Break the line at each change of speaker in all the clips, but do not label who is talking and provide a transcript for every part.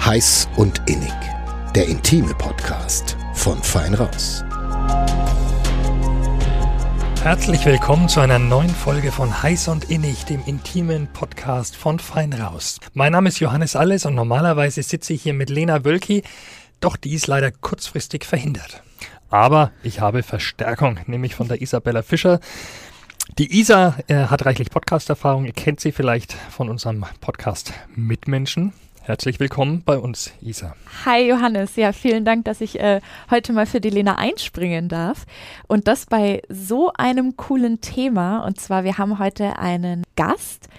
Heiß und Innig, der intime Podcast von Fein Raus.
Herzlich willkommen zu einer neuen Folge von Heiß und Innig, dem intimen Podcast von Fein Raus. Mein Name ist Johannes Alles und normalerweise sitze ich hier mit Lena Wölki, doch die ist leider kurzfristig verhindert. Aber ich habe Verstärkung, nämlich von der Isabella Fischer. Die Isa hat reichlich Podcast-Erfahrung, ihr kennt sie vielleicht von unserem Podcast Mitmenschen. Herzlich willkommen bei uns, Isa.
Hi Johannes, ja, vielen Dank, dass ich heute mal für die Lena einspringen darf und das bei so einem coolen Thema. Und zwar, wir haben heute einen Gast,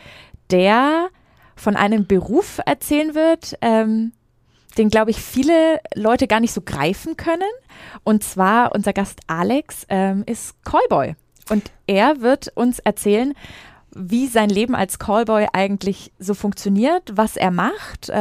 der von einem Beruf erzählen wird, den, glaube ich, viele Leute gar nicht so greifen können. Und zwar, unser Gast Alex ist Callboy und er wird uns erzählen, wie sein Leben als Callboy eigentlich so funktioniert, was er macht,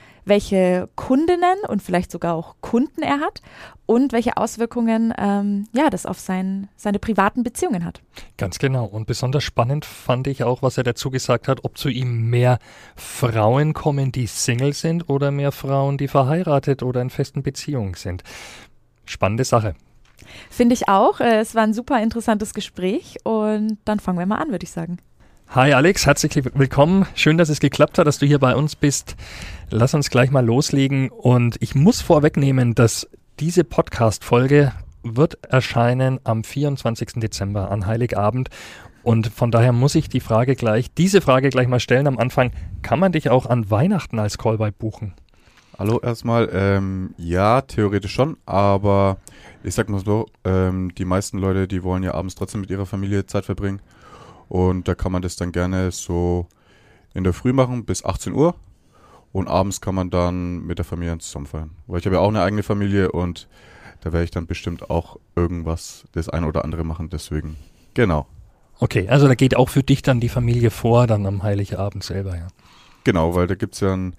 welche Kundinnen und vielleicht sogar auch Kunden er hat und welche Auswirkungen das auf seine privaten Beziehungen hat.
Ganz genau. Und besonders spannend fand ich auch, was er dazu gesagt hat, ob zu ihm mehr Frauen kommen, die Single sind oder mehr Frauen, die verheiratet oder in festen Beziehungen sind. Spannende Sache.
Finde ich auch. Es war ein super interessantes Gespräch und dann fangen wir mal an, würde ich sagen.
Hi Alex, herzlich willkommen. Schön, dass es geklappt hat, dass du hier bei uns bist. Lass uns gleich mal loslegen und ich muss vorwegnehmen, dass diese Podcast-Folge wird erscheinen am 24. Dezember an Heiligabend und von daher muss ich diese Frage gleich mal stellen am Anfang. Kann man dich auch an Weihnachten als Callboy buchen?
Hallo erstmal, ja, theoretisch schon, aber ich sag mal so, die meisten Leute, die wollen ja abends trotzdem mit ihrer Familie Zeit verbringen. Und da kann man das dann gerne so in der Früh machen bis 18 Uhr und abends kann man dann mit der Familie zusammen feiern. Weil ich habe ja auch eine eigene Familie und da werde ich dann bestimmt auch irgendwas, das eine oder andere machen, deswegen, genau.
Okay, also da geht auch für dich dann die Familie vor, dann am Heiligabend selber, ja.
Genau, weil da gibt es ja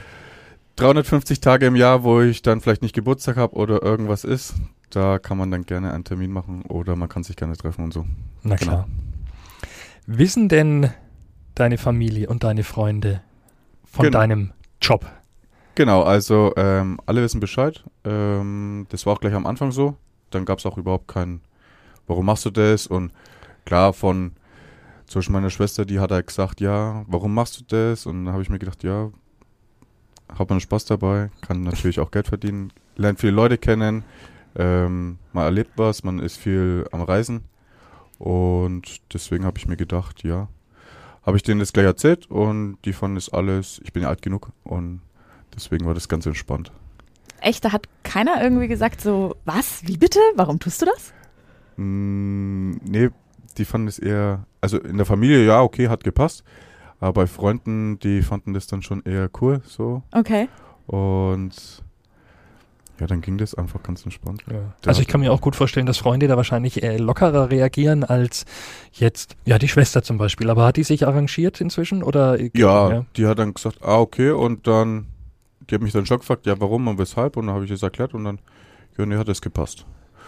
350 Tage im Jahr, wo ich dann vielleicht nicht Geburtstag habe oder irgendwas ist. Da kann man dann gerne einen Termin machen oder man kann sich gerne treffen und so.
Na klar. Genau. Wissen denn deine Familie und deine Freunde von deinem Job?
Genau, also alle wissen Bescheid. Das war auch gleich am Anfang so. Dann gab es auch überhaupt keinen, warum machst du das? Und klar, zum Beispiel meiner Schwester, die hat halt gesagt, ja, warum machst du das? Und dann habe ich mir gedacht, ja, hat man Spaß dabei, kann natürlich auch Geld verdienen, lernt viele Leute kennen, man erlebt was, man ist viel am Reisen. Und deswegen habe ich mir gedacht, ja, habe ich denen das gleich erzählt und die fanden es alles, ich bin ja alt genug und deswegen war das ganz entspannt.
Echt, da hat keiner irgendwie gesagt so, was, wie bitte, warum tust du das?
Nee, die fanden es eher, also in der Familie, ja, okay, hat gepasst, aber bei Freunden, die fanden das dann schon eher cool, so.
Okay.
Und ja, dann ging das einfach ganz entspannt.
Ja. Also ich kann mir auch gut vorstellen, dass Freunde da wahrscheinlich lockerer reagieren als jetzt, ja, die Schwester zum Beispiel. Aber hat die sich arrangiert inzwischen? Oder?
Ja, die hat dann gesagt, okay, und dann, die hat mich dann schon gefragt, ja, warum und weshalb? Und dann habe ich es erklärt und dann, ja, nee, hat das gepasst.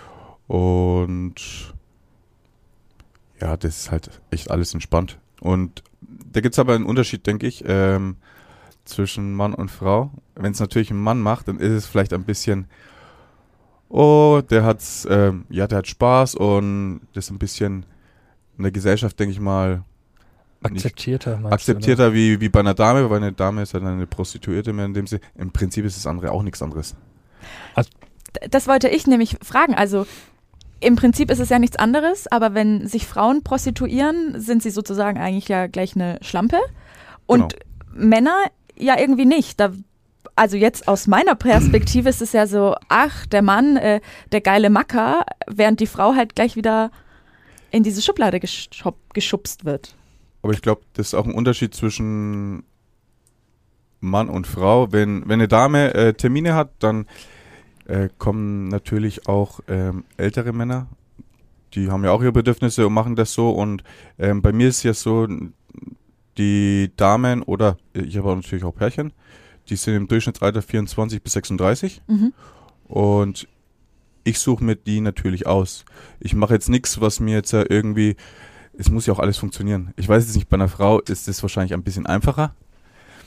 Und ja, das ist halt echt alles entspannt. Und da gibt es aber einen Unterschied, denke ich, zwischen Mann und Frau. Wenn es natürlich ein Mann macht, dann ist es vielleicht ein bisschen, der hat Spaß und das ist ein bisschen in der Gesellschaft, denke ich mal, akzeptierter wie bei einer Dame, weil eine Dame ist halt eine Prostituierte mehr in dem Sinne. Im Prinzip ist das andere auch nichts anderes.
Also, das wollte ich nämlich fragen, also im Prinzip ist es ja nichts anderes, aber wenn sich Frauen prostituieren, sind sie sozusagen eigentlich ja gleich eine Schlampe und Männer ja irgendwie nicht. Also jetzt aus meiner Perspektive ist es ja so, ach, der Mann, der geile Macker, während die Frau halt gleich wieder in diese Schublade geschubst wird.
Aber ich glaube, das ist auch ein Unterschied zwischen Mann und Frau. Wenn eine Dame Termine hat, dann kommen natürlich auch ältere Männer. Die haben ja auch ihre Bedürfnisse und machen das so. Und bei mir ist es ja so, die Damen oder ich habe natürlich auch Pärchen, die sind im Durchschnittsalter 24 bis 36 und ich suche mir die natürlich aus. Ich mache jetzt nichts, was mir jetzt ja irgendwie, es muss ja auch alles funktionieren. Ich weiß jetzt nicht, bei einer Frau ist das wahrscheinlich ein bisschen einfacher,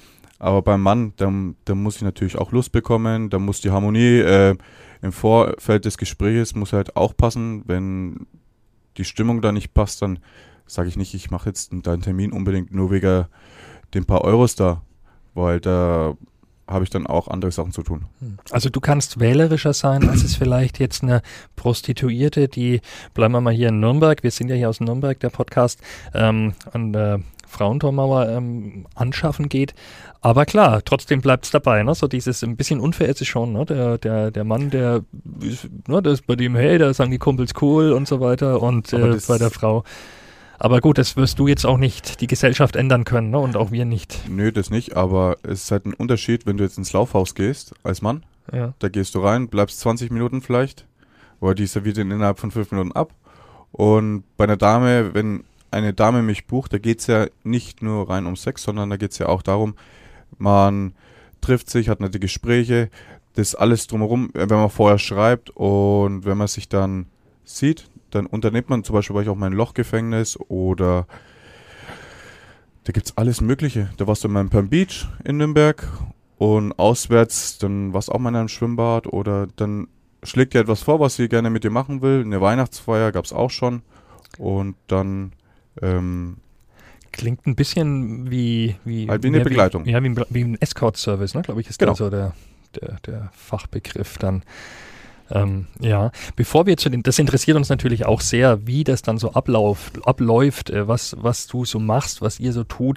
Aber beim Mann, da muss ich natürlich auch Lust bekommen, da muss die Harmonie im Vorfeld des Gesprächs muss halt auch passen. Wenn die Stimmung da nicht passt, dann sage ich nicht, ich mache jetzt deinen Termin unbedingt nur wegen den paar Euros da, weil da habe ich dann auch andere Sachen zu tun.
Also du kannst wählerischer sein, als es vielleicht jetzt eine Prostituierte, die, bleiben wir mal hier in Nürnberg, wir sind ja hier aus Nürnberg, der Podcast, an der Frauentormauer anschaffen geht. Aber klar, trotzdem bleibt es dabei, ne? So dieses ein bisschen unfair ist es schon, ne? Der Mann, der ist bei dem, hey, da sagen die Kumpels cool und so weiter und bei der Frau. Aber gut, das wirst du jetzt auch nicht die Gesellschaft ändern können, ne? Und auch wir nicht.
Nö, das nicht, aber es ist halt ein Unterschied, wenn du jetzt ins Laufhaus gehst als Mann, da gehst du rein, bleibst 20 Minuten vielleicht, oder die serviert ihn innerhalb von 5 Minuten ab. Und bei einer Dame, wenn eine Dame mich bucht, da geht es ja nicht nur rein um Sex, sondern da geht es ja auch darum, man trifft sich, hat nette Gespräche, das alles drumherum, wenn man vorher schreibt und wenn man sich dann sieht, dann unternimmt man, zum Beispiel war ich auch mein Lochgefängnis oder da gibt es alles Mögliche. Da warst du in meinem Palm Beach in Nürnberg und auswärts, dann warst du auch mal in einem Schwimmbad oder dann schlägt dir etwas vor, was sie gerne mit dir machen will. Eine Weihnachtsfeier gab es auch schon und dann
klingt ein bisschen wie
halt wie eine Begleitung.
Wie ein Escort-Service, ne? Glaube ich, ist
genau.
Da so der Fachbegriff dann. Bevor wir das interessiert uns natürlich auch sehr, wie das dann so abläuft, was du so machst, was ihr so tut.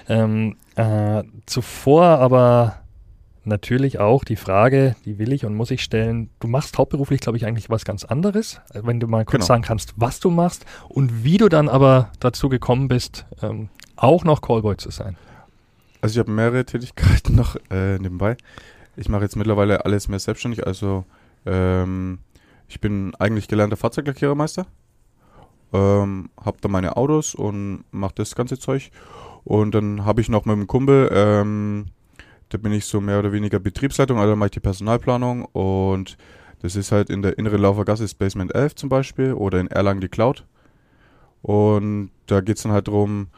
Zuvor aber natürlich auch die Frage, die will ich und muss ich stellen, du machst hauptberuflich, glaube ich, eigentlich was ganz anderes, wenn du mal kurz sagen kannst, was du machst und wie du dann aber dazu gekommen bist, auch noch Callboy zu sein.
Also ich habe mehrere Tätigkeiten noch nebenbei. Ich mache jetzt mittlerweile alles mehr selbstständig, also ich bin eigentlich gelernter Fahrzeuglackierermeister, habe da meine Autos und mache das ganze Zeug und dann habe ich noch mit dem Kumpel, da bin ich so mehr oder weniger Betriebsleitung, also mache ich die Personalplanung und das ist halt in der Innere Laufergasse Basement 11 zum Beispiel oder in Erlangen die Cloud und da geht es dann halt darum,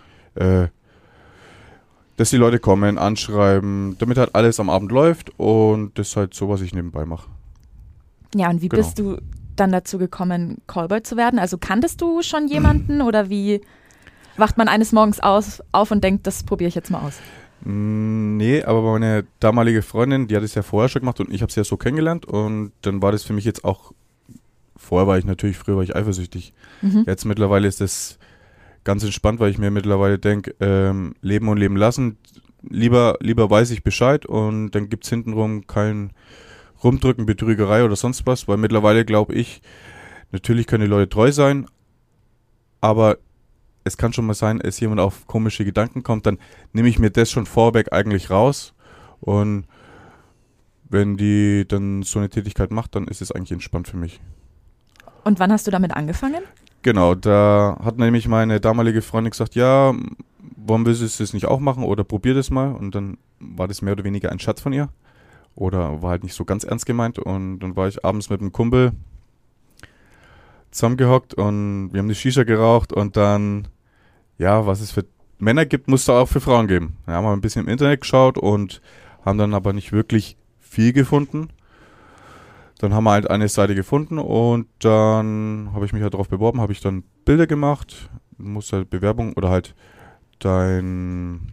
dass die Leute kommen, anschreiben, damit halt alles am Abend läuft und das ist halt so, was ich nebenbei mache.
Ja, und wie bist du dann dazu gekommen, Callboy zu werden? Also kanntest du schon jemanden oder wie wacht man eines Morgens auf und denkt, das probiere ich jetzt mal aus?
Nee, aber meine damalige Freundin, die hat es ja vorher schon gemacht und ich habe sie ja so kennengelernt und dann war das für mich jetzt auch, früher war ich eifersüchtig. Jetzt mittlerweile ist das ganz entspannt, weil ich mir mittlerweile denke, leben und leben lassen, lieber weiß ich Bescheid und dann gibt es hintenrum kein Rumdrücken, Betrügerei oder sonst was, weil mittlerweile glaube ich, natürlich können die Leute treu sein, aber es kann schon mal sein, dass jemand auf komische Gedanken kommt, dann nehme ich mir das schon vorweg eigentlich raus und wenn die dann so eine Tätigkeit macht, dann ist es eigentlich entspannt für mich.
Und wann hast du damit angefangen?
Genau, da hat nämlich meine damalige Freundin gesagt, ja, warum willst du das nicht auch machen oder probier das mal und dann war das mehr oder weniger ein Scherz von ihr. Oder war halt nicht so ganz ernst gemeint und dann war ich abends mit einem Kumpel zusammengehockt und wir haben die Shisha geraucht und dann, ja, was es für Männer gibt, muss es auch für Frauen geben. Wir haben ein bisschen im Internet geschaut und haben dann aber nicht wirklich viel gefunden. Dann haben wir halt eine Seite gefunden und dann habe ich mich halt darauf beworben, habe ich dann Bilder gemacht, musst halt Bewerbung oder halt dein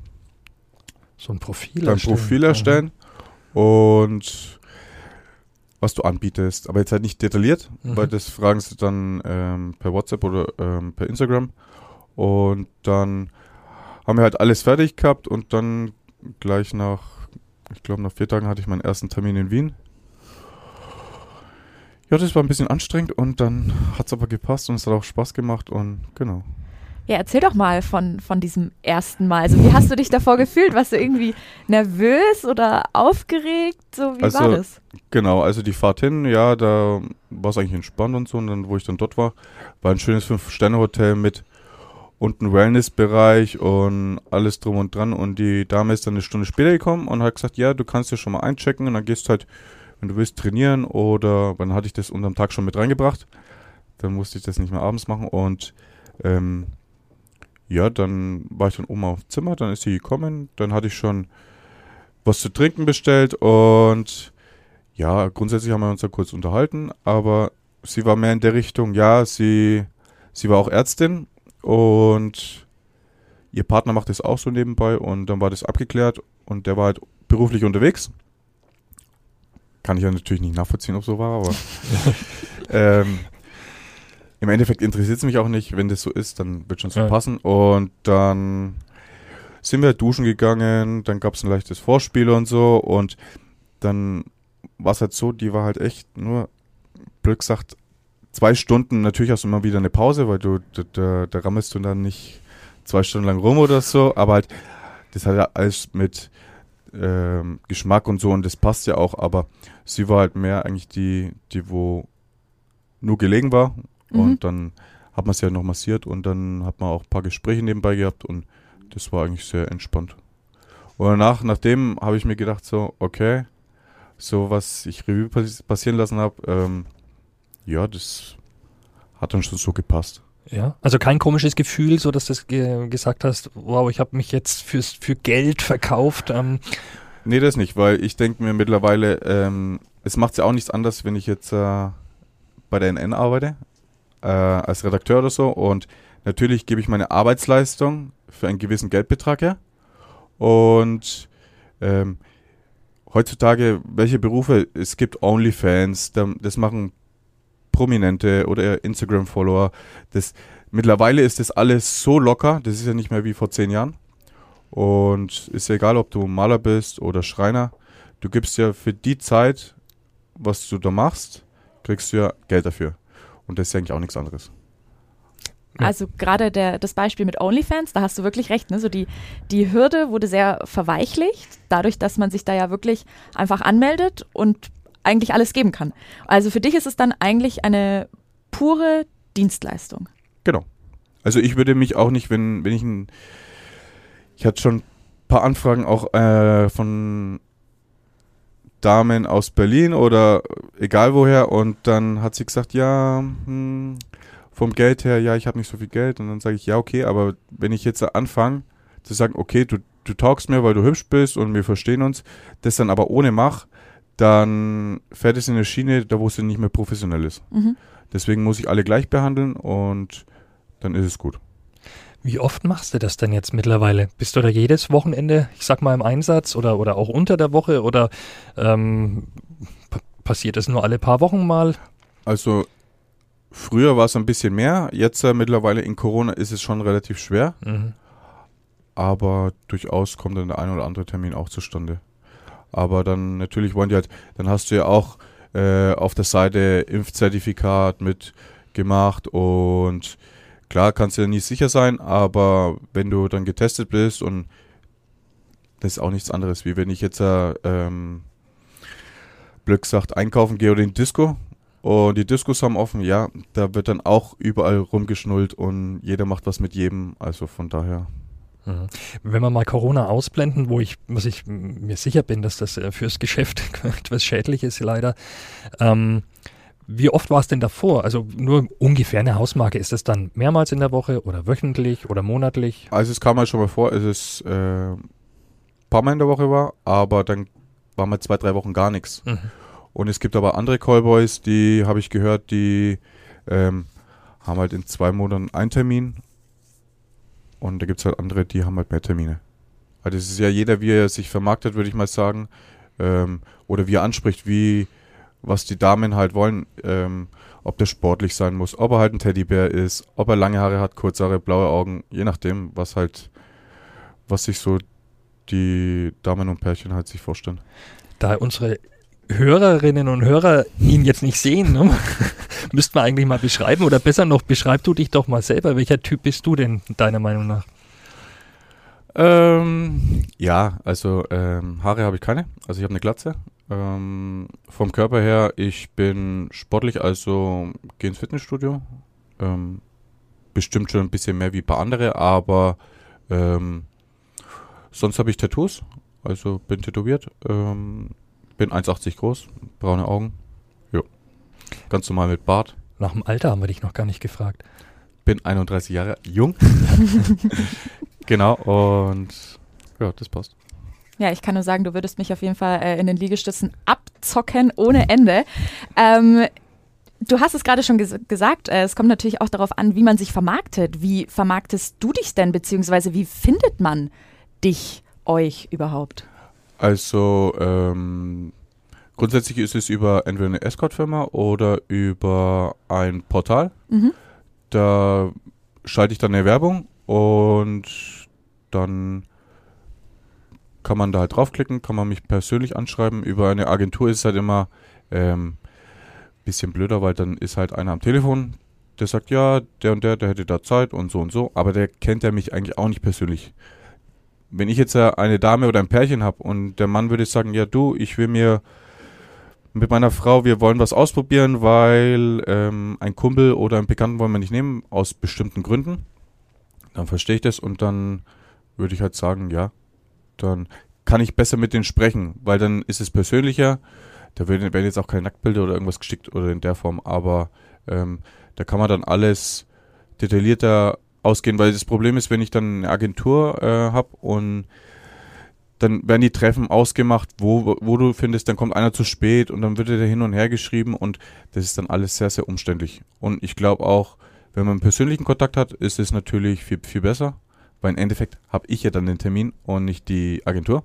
Profil erstellen. Und was du anbietest, aber jetzt halt nicht detailliert, weil das fragen sie dann per WhatsApp oder per Instagram und dann haben wir halt alles fertig gehabt und dann gleich nach 4 Tagen hatte ich meinen ersten Termin in Wien. Ja, das war ein bisschen anstrengend und dann hat es aber gepasst und es hat auch Spaß gemacht und genau.
Ja, erzähl doch mal von diesem ersten Mal. Also wie hast du dich davor gefühlt? Warst du irgendwie nervös oder aufgeregt? So, wie war das?
Genau, also die Fahrt hin, ja, da war es eigentlich entspannt und so. Und dann, wo ich dann dort war ein schönes 5-Sterne-Hotel mit unten Wellness-Bereich und alles drum und dran. Und die Dame ist dann eine Stunde später gekommen und hat gesagt, ja, du kannst dir schon mal einchecken und dann gehst halt, wenn du willst, trainieren oder dann hatte ich das unterm Tag schon mit reingebracht. Dann musste ich das nicht mehr abends machen und ja, dann war ich dann oben auf dem Zimmer, dann ist sie gekommen, dann hatte ich schon was zu trinken bestellt und ja, grundsätzlich haben wir uns da kurz unterhalten, aber sie war mehr in der Richtung, ja, sie war auch Ärztin und ihr Partner macht das auch so nebenbei und dann war das abgeklärt und der war halt beruflich unterwegs. Kann ich ja natürlich nicht nachvollziehen, ob so war, aber im Endeffekt interessiert es mich auch nicht. Wenn das so ist, dann wird schon so passen. Und dann sind wir duschen gegangen, dann gab es ein leichtes Vorspiel und so und dann war es halt so, die war halt echt nur, blöd gesagt, 2 Stunden, natürlich hast du immer wieder eine Pause, weil da rammelst du dann nicht 2 Stunden lang rum oder so, aber halt, das hat ja alles mit Geschmack und so und das passt ja auch, aber sie war halt mehr eigentlich die wo nur gelegen war und dann hat man sie halt noch massiert und dann hat man auch ein paar Gespräche nebenbei gehabt und das war eigentlich sehr entspannt. Und nachdem habe ich mir gedacht so, okay, so was ich Revue passieren lassen habe, ja, das hat dann schon so gepasst.
Ja, also kein komisches Gefühl, so dass du gesagt hast, wow, ich habe mich jetzt für Geld verkauft.
Nee, das nicht, weil ich denke mir mittlerweile, es macht ja auch nichts anderes, wenn ich jetzt bei der NN arbeite, als Redakteur oder so und natürlich gebe ich meine Arbeitsleistung für einen gewissen Geldbetrag her und heutzutage, welche Berufe, es gibt OnlyFans, das machen Prominente oder Instagram-Follower. Mittlerweile ist das alles so locker, das ist ja nicht mehr wie vor 10 Jahren. Und ist ja egal, ob du Maler bist oder Schreiner, du gibst ja für die Zeit, was du da machst, kriegst du ja Geld dafür. Und das ist ja eigentlich auch nichts anderes.
Also gerade das Beispiel mit OnlyFans, da hast du wirklich recht, ne? So die Hürde wurde sehr verweichlicht, dadurch, dass man sich da ja wirklich einfach anmeldet und eigentlich alles geben kann. Also für dich ist es dann eigentlich eine pure Dienstleistung.
Genau. Also ich würde mich auch nicht, wenn ich hatte schon ein paar Anfragen auch von Damen aus Berlin oder egal woher und dann hat sie gesagt, ja, vom Geld her, ja, ich habe nicht so viel Geld und dann sage ich, ja, okay, aber wenn ich jetzt anfange zu sagen, okay, du taugst mir, weil du hübsch bist und wir verstehen uns, das dann aber ohne mach, dann fährt es in eine Schiene, da wo es nicht mehr professionell ist. Deswegen muss ich alle gleich behandeln und dann ist es gut.
Wie oft machst du das denn jetzt mittlerweile? Bist du da jedes Wochenende, ich sag mal, im Einsatz oder auch unter der Woche oder passiert das nur alle paar Wochen mal?
Also früher war es ein bisschen mehr, jetzt mittlerweile in Corona ist es schon relativ schwer, aber durchaus kommt dann der ein oder andere Termin auch zustande. Aber dann natürlich wollen die halt, dann hast du ja auch auf der Seite Impfzertifikat mitgemacht und klar kannst du ja nie sicher sein, aber wenn du dann getestet bist und das ist auch nichts anderes, wie wenn ich jetzt blöd gesagt einkaufen gehe oder in die Disco und die Discos haben offen, ja, da wird dann auch überall rumgeschnullt und jeder macht was mit jedem, also von daher.
Wenn wir mal Corona ausblenden, was ich mir sicher bin, dass das fürs Geschäft etwas schädlich ist leider, wie oft war es denn davor? Also nur ungefähr eine Hausmarke. Ist das dann mehrmals in der Woche oder wöchentlich oder monatlich?
Also es kam halt schon mal vor, dass es ein paar Mal in der Woche war, aber dann war mal 2-3 Wochen gar nichts. Und es gibt aber andere Callboys, die habe ich gehört, die haben halt in 2 Monaten einen Termin. Und da gibt es halt andere, die haben halt mehr Termine. Also es ist ja jeder, wie er sich vermarktet, würde ich mal sagen. Oder wie er anspricht, was die Damen halt wollen. Ob der sportlich sein muss, ob er halt ein Teddybär ist, ob er lange Haare hat, kurze Haare, blaue Augen. Je nachdem, was sich so die Damen und Pärchen halt sich vorstellen.
Da unsere Hörerinnen und Hörer ihn jetzt nicht sehen, ne? Müssten wir eigentlich mal beschreiben oder besser noch, beschreib du dich doch mal selber. Welcher Typ bist du denn, deiner Meinung nach?
Ja, also Haare habe ich keine, also ich habe eine Glatze. Vom Körper her, ich bin sportlich, also gehe ins Fitnessstudio. Bestimmt schon ein bisschen mehr wie ein paar andere, aber sonst habe ich Tattoos, also bin tätowiert. Bin 1,80 groß, braune Augen. Jo. Ganz normal mit Bart.
Nach dem Alter haben wir dich noch gar nicht gefragt.
Bin 31 Jahre jung. Genau, und ja, das passt.
Ja, ich kann nur sagen, du würdest mich auf jeden Fall in den Liegestützen abzocken ohne Ende. Du hast es gerade schon gesagt, es kommt natürlich auch darauf an, wie man sich vermarktet. Wie vermarktest du dich denn, beziehungsweise wie findet man euch überhaupt?
Also grundsätzlich ist es über entweder eine Escort-Firma oder über ein Portal.
Mhm.
Da schalte ich dann eine Werbung und dann kann man da halt draufklicken, kann man mich persönlich anschreiben. Über eine Agentur ist es halt immer bisschen blöder, weil dann ist halt einer am Telefon, der sagt, ja, der und der hätte da Zeit und so, aber der kennt ja mich eigentlich auch nicht persönlich. Wenn ich jetzt eine Dame oder ein Pärchen habe und der Mann würde sagen, ja du, ich will mir mit meiner Frau, wir wollen was ausprobieren, weil ein Kumpel oder einen Bekannten wollen wir nicht nehmen, aus bestimmten Gründen, dann verstehe ich das und dann würde ich halt sagen, ja, dann kann ich besser mit denen sprechen, weil dann ist es persönlicher. Da werden jetzt auch keine Nacktbilder oder irgendwas geschickt oder in der Form, aber da kann man dann alles detaillierter ausgehen, weil das Problem ist, wenn ich dann eine Agentur habe und dann werden die Treffen ausgemacht, wo du findest, dann kommt einer zu spät und dann wird er hin und her geschrieben und das ist dann alles sehr, sehr umständlich. Und ich glaube auch, wenn man einen persönlichen Kontakt hat, ist es natürlich viel, viel besser, weil im Endeffekt habe ich ja dann den Termin und nicht die Agentur.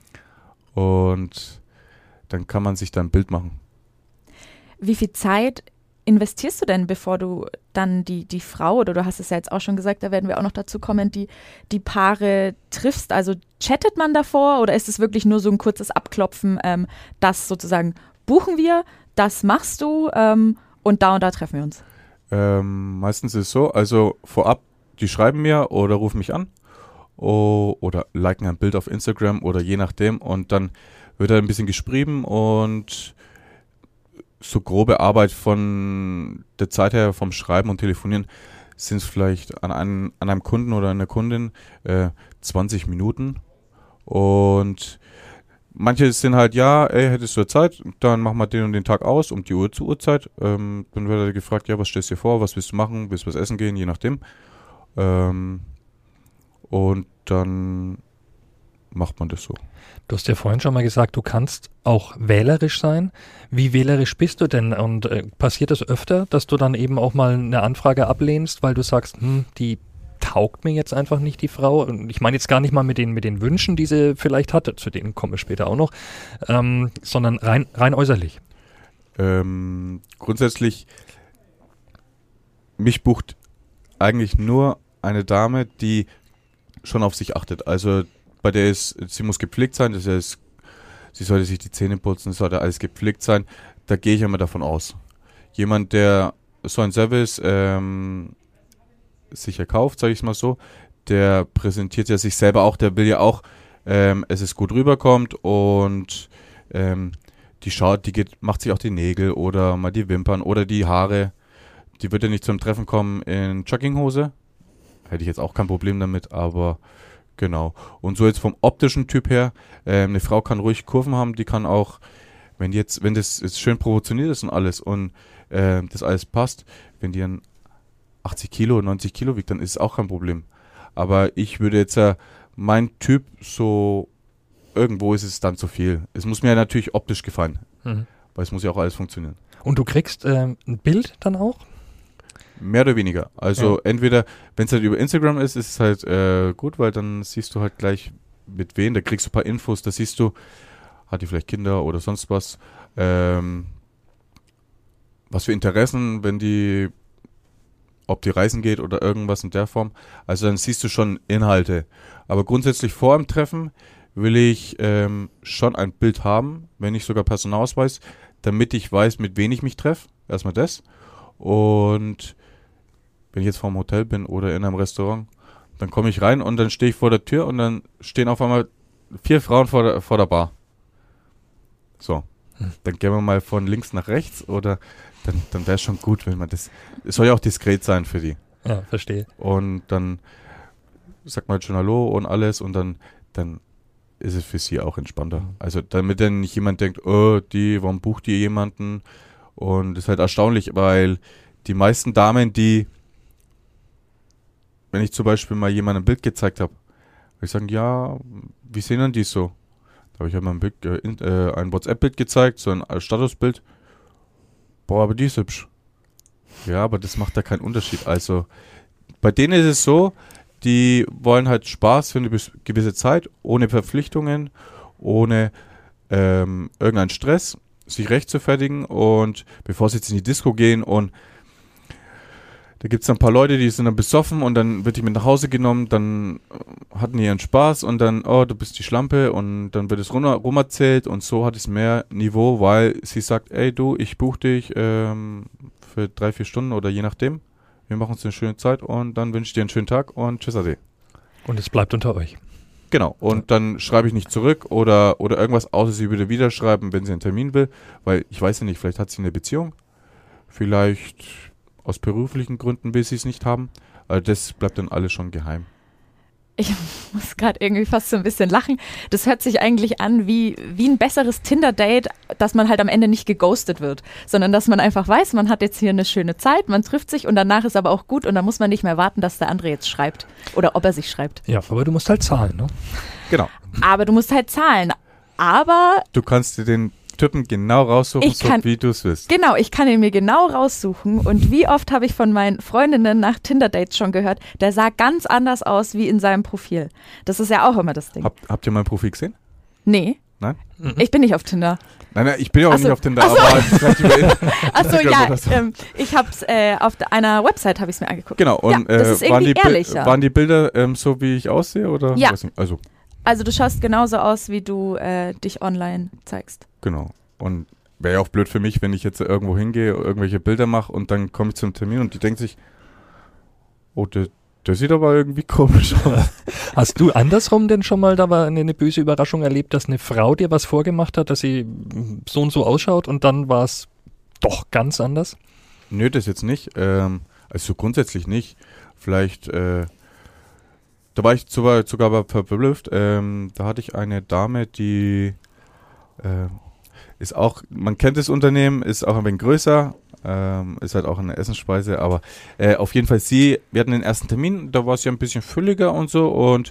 Und dann kann man sich da ein Bild machen.
Wie viel Zeit investierst du denn, bevor du dann die Frau, oder du hast es ja jetzt auch schon gesagt, da werden wir auch noch dazu kommen, die Paare triffst? Also chattet man davor oder ist es wirklich nur so ein kurzes Abklopfen, das sozusagen buchen wir, das machst du und da treffen wir uns?
Meistens ist es so, also vorab, die schreiben mir oder rufen mich an oder liken ein Bild auf Instagram oder je nachdem und dann wird da ein bisschen geschrieben und so grobe Arbeit von der Zeit her vom Schreiben und Telefonieren sind es vielleicht an einem Kunden oder einer Kundin 20 Minuten und manche sind halt, ja, ey, hättest du Zeit, dann machen wir den und den Tag aus, um die Uhrzeit. Dann wird er gefragt, ja, was stellst du dir vor, was willst du machen, willst du was essen gehen, je nachdem. Und dann macht man das so.
Du hast ja vorhin schon mal gesagt, du kannst auch wählerisch sein. Wie wählerisch bist du denn? Und passiert es öfter, dass du dann eben auch mal eine Anfrage ablehnst, weil du sagst, die taugt mir jetzt einfach nicht, die Frau? Und ich meine jetzt gar nicht mal mit den Wünschen, die sie vielleicht hatte, zu denen komme ich später auch noch, sondern rein äußerlich.
Grundsätzlich, mich bucht eigentlich nur eine Dame, die schon auf sich achtet. Also bei der sie muss gepflegt sein, das heißt, sie sollte sich die Zähne putzen, es sollte alles gepflegt sein. Da gehe ich immer davon aus. Jemand, der so ein Service sich erkauft, sage ich es mal so, der präsentiert ja sich selber auch, der will ja auch, es ist gut rüberkommt und macht sich auch die Nägel oder mal die Wimpern oder die Haare. Die wird ja nicht zum Treffen kommen in Jogginghose. Hätte ich jetzt auch kein Problem damit, aber genau. Und so jetzt vom optischen Typ her, eine Frau kann ruhig Kurven haben, die kann auch, wenn das jetzt schön proportioniert ist und alles und das alles passt, wenn die dann 80 Kilo, 90 Kilo wiegt, dann ist es auch kein Problem. Aber ich würde jetzt, mein Typ, so irgendwo ist es dann zu viel. Es muss mir natürlich optisch gefallen, weil es muss ja auch alles funktionieren.
Und du kriegst ein Bild dann auch?
Mehr oder weniger. Also entweder, wenn es halt über Instagram ist es halt gut, weil dann siehst du halt gleich mit wem, da kriegst du ein paar Infos, da siehst du, hat die vielleicht Kinder oder sonst was, was für Interessen, ob die reisen geht oder irgendwas in der Form. Also dann siehst du schon Inhalte. Aber grundsätzlich vor dem Treffen will ich schon ein Bild haben, wenn nicht sogar Personalausweis, damit ich weiß, mit wem ich mich treffe. Erstmal das. Und wenn ich jetzt vor dem Hotel bin oder in einem Restaurant, dann komme ich rein und dann stehe ich vor der Tür und dann stehen auf einmal 4 Frauen vor der Bar. So, dann gehen wir mal von links nach rechts oder dann wäre es schon gut, wenn man es soll ja auch diskret sein für die.
Ja, verstehe.
Und dann sagt man halt schon Hallo und alles und dann ist es für sie auch entspannter. Also damit dann nicht jemand denkt, warum bucht die jemanden? Und das ist halt erstaunlich, weil die meisten Damen, wenn ich zum Beispiel mal jemandem ein Bild gezeigt habe, ich sage, ja, wie sehen denn die so? Da habe ich halt mal ein WhatsApp-Bild gezeigt, so ein Statusbild. Boah, aber die ist hübsch. Ja, aber das macht da keinen Unterschied. Also bei denen ist es so, die wollen halt Spaß für eine gewisse Zeit, ohne Verpflichtungen, ohne irgendeinen Stress, sich rechtfertigen und bevor sie jetzt in die Disco gehen und da gibt es ein paar Leute, die sind dann besoffen und dann wird die mit nach Hause genommen, dann hatten die ihren Spaß und dann, oh, du bist die Schlampe und dann wird es rum erzählt und so hat es mehr Niveau, weil sie sagt, ey du, ich buche dich für 3-4 Stunden oder je nachdem, wir machen uns eine schöne Zeit und dann wünsche ich dir einen schönen Tag und tschüss ade.
Und es bleibt unter euch.
Genau, und dann schreibe ich nicht zurück oder irgendwas, außer sie würde wieder schreiben, wenn sie einen Termin will, weil ich weiß ja nicht, vielleicht hat sie eine Beziehung, vielleicht aus beruflichen Gründen will sie es nicht haben, also das bleibt dann alles schon geheim.
Ich muss gerade irgendwie fast so ein bisschen lachen. Das hört sich eigentlich an wie ein besseres Tinder-Date, dass man halt am Ende nicht geghostet wird, sondern dass man einfach weiß, man hat jetzt hier eine schöne Zeit, man trifft sich und danach ist aber auch gut und dann muss man nicht mehr warten, dass der andere jetzt schreibt oder ob er sich schreibt.
Ja, aber du musst halt zahlen, ne?
Genau.
Aber du musst halt zahlen. Aber
du kannst dir den Typen genau raussuchen, wie du es willst.
Genau, ich kann ihn mir genau raussuchen und wie oft habe ich von meinen Freundinnen nach Tinder-Dates schon gehört, der sah ganz anders aus wie in seinem Profil. Das ist ja auch immer das Ding.
Habt ihr mein Profil gesehen?
Nee.
Nein?
Ich bin nicht auf Tinder.
Nein, ich bin ja auch nicht auf Tinder, aber
Achso, ja, ich habe es auf einer Website habe ich es mir angeguckt.
Genau, und
das ist irgendwie ehrlicher.
Waren die Bilder so, wie ich aussehe? Oder?
Ja.
Also
du schaust genauso aus, wie du dich online zeigst.
Genau. Und wäre ja auch blöd für mich, wenn ich jetzt irgendwo hingehe, irgendwelche Bilder mache und dann komme ich zum Termin und die denkt sich, oh, der sieht aber irgendwie komisch aus.
Hast du andersrum denn schon mal da eine böse Überraschung erlebt, dass eine Frau dir was vorgemacht hat, dass sie so und so ausschaut und dann war es doch ganz anders?
Nö, das jetzt nicht. Also grundsätzlich nicht. Vielleicht da war ich sogar verblüfft. Da hatte ich eine Dame, die ist auch, man kennt das Unternehmen, ist auch ein wenig größer, ist halt auch eine Essensspeise, aber auf jeden Fall wir hatten den ersten Termin, da war sie ein bisschen fülliger und so und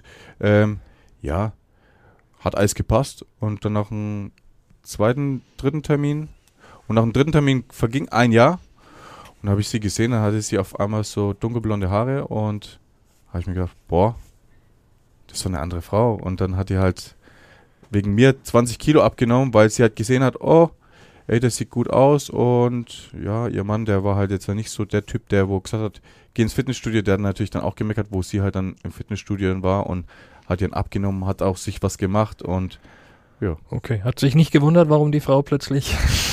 ja, hat alles gepasst und dann nach dem dritten Termin und nach dem dritten Termin verging ein Jahr und habe ich sie gesehen, dann hatte sie auf einmal so dunkelblonde Haare und habe ich mir gedacht, boah, das ist so eine andere Frau. Und dann hat die halt wegen mir 20 Kilo abgenommen, weil sie halt gesehen hat, oh, ey, das sieht gut aus. Und ja, ihr Mann, der war halt jetzt ja nicht so der Typ, der wo gesagt hat, geh ins Fitnessstudio. Der hat natürlich dann auch gemeckert, wo sie halt dann im Fitnessstudio war und hat ihren abgenommen, hat auch sich was gemacht und ja.
Okay, hat sich nicht gewundert, warum die Frau plötzlich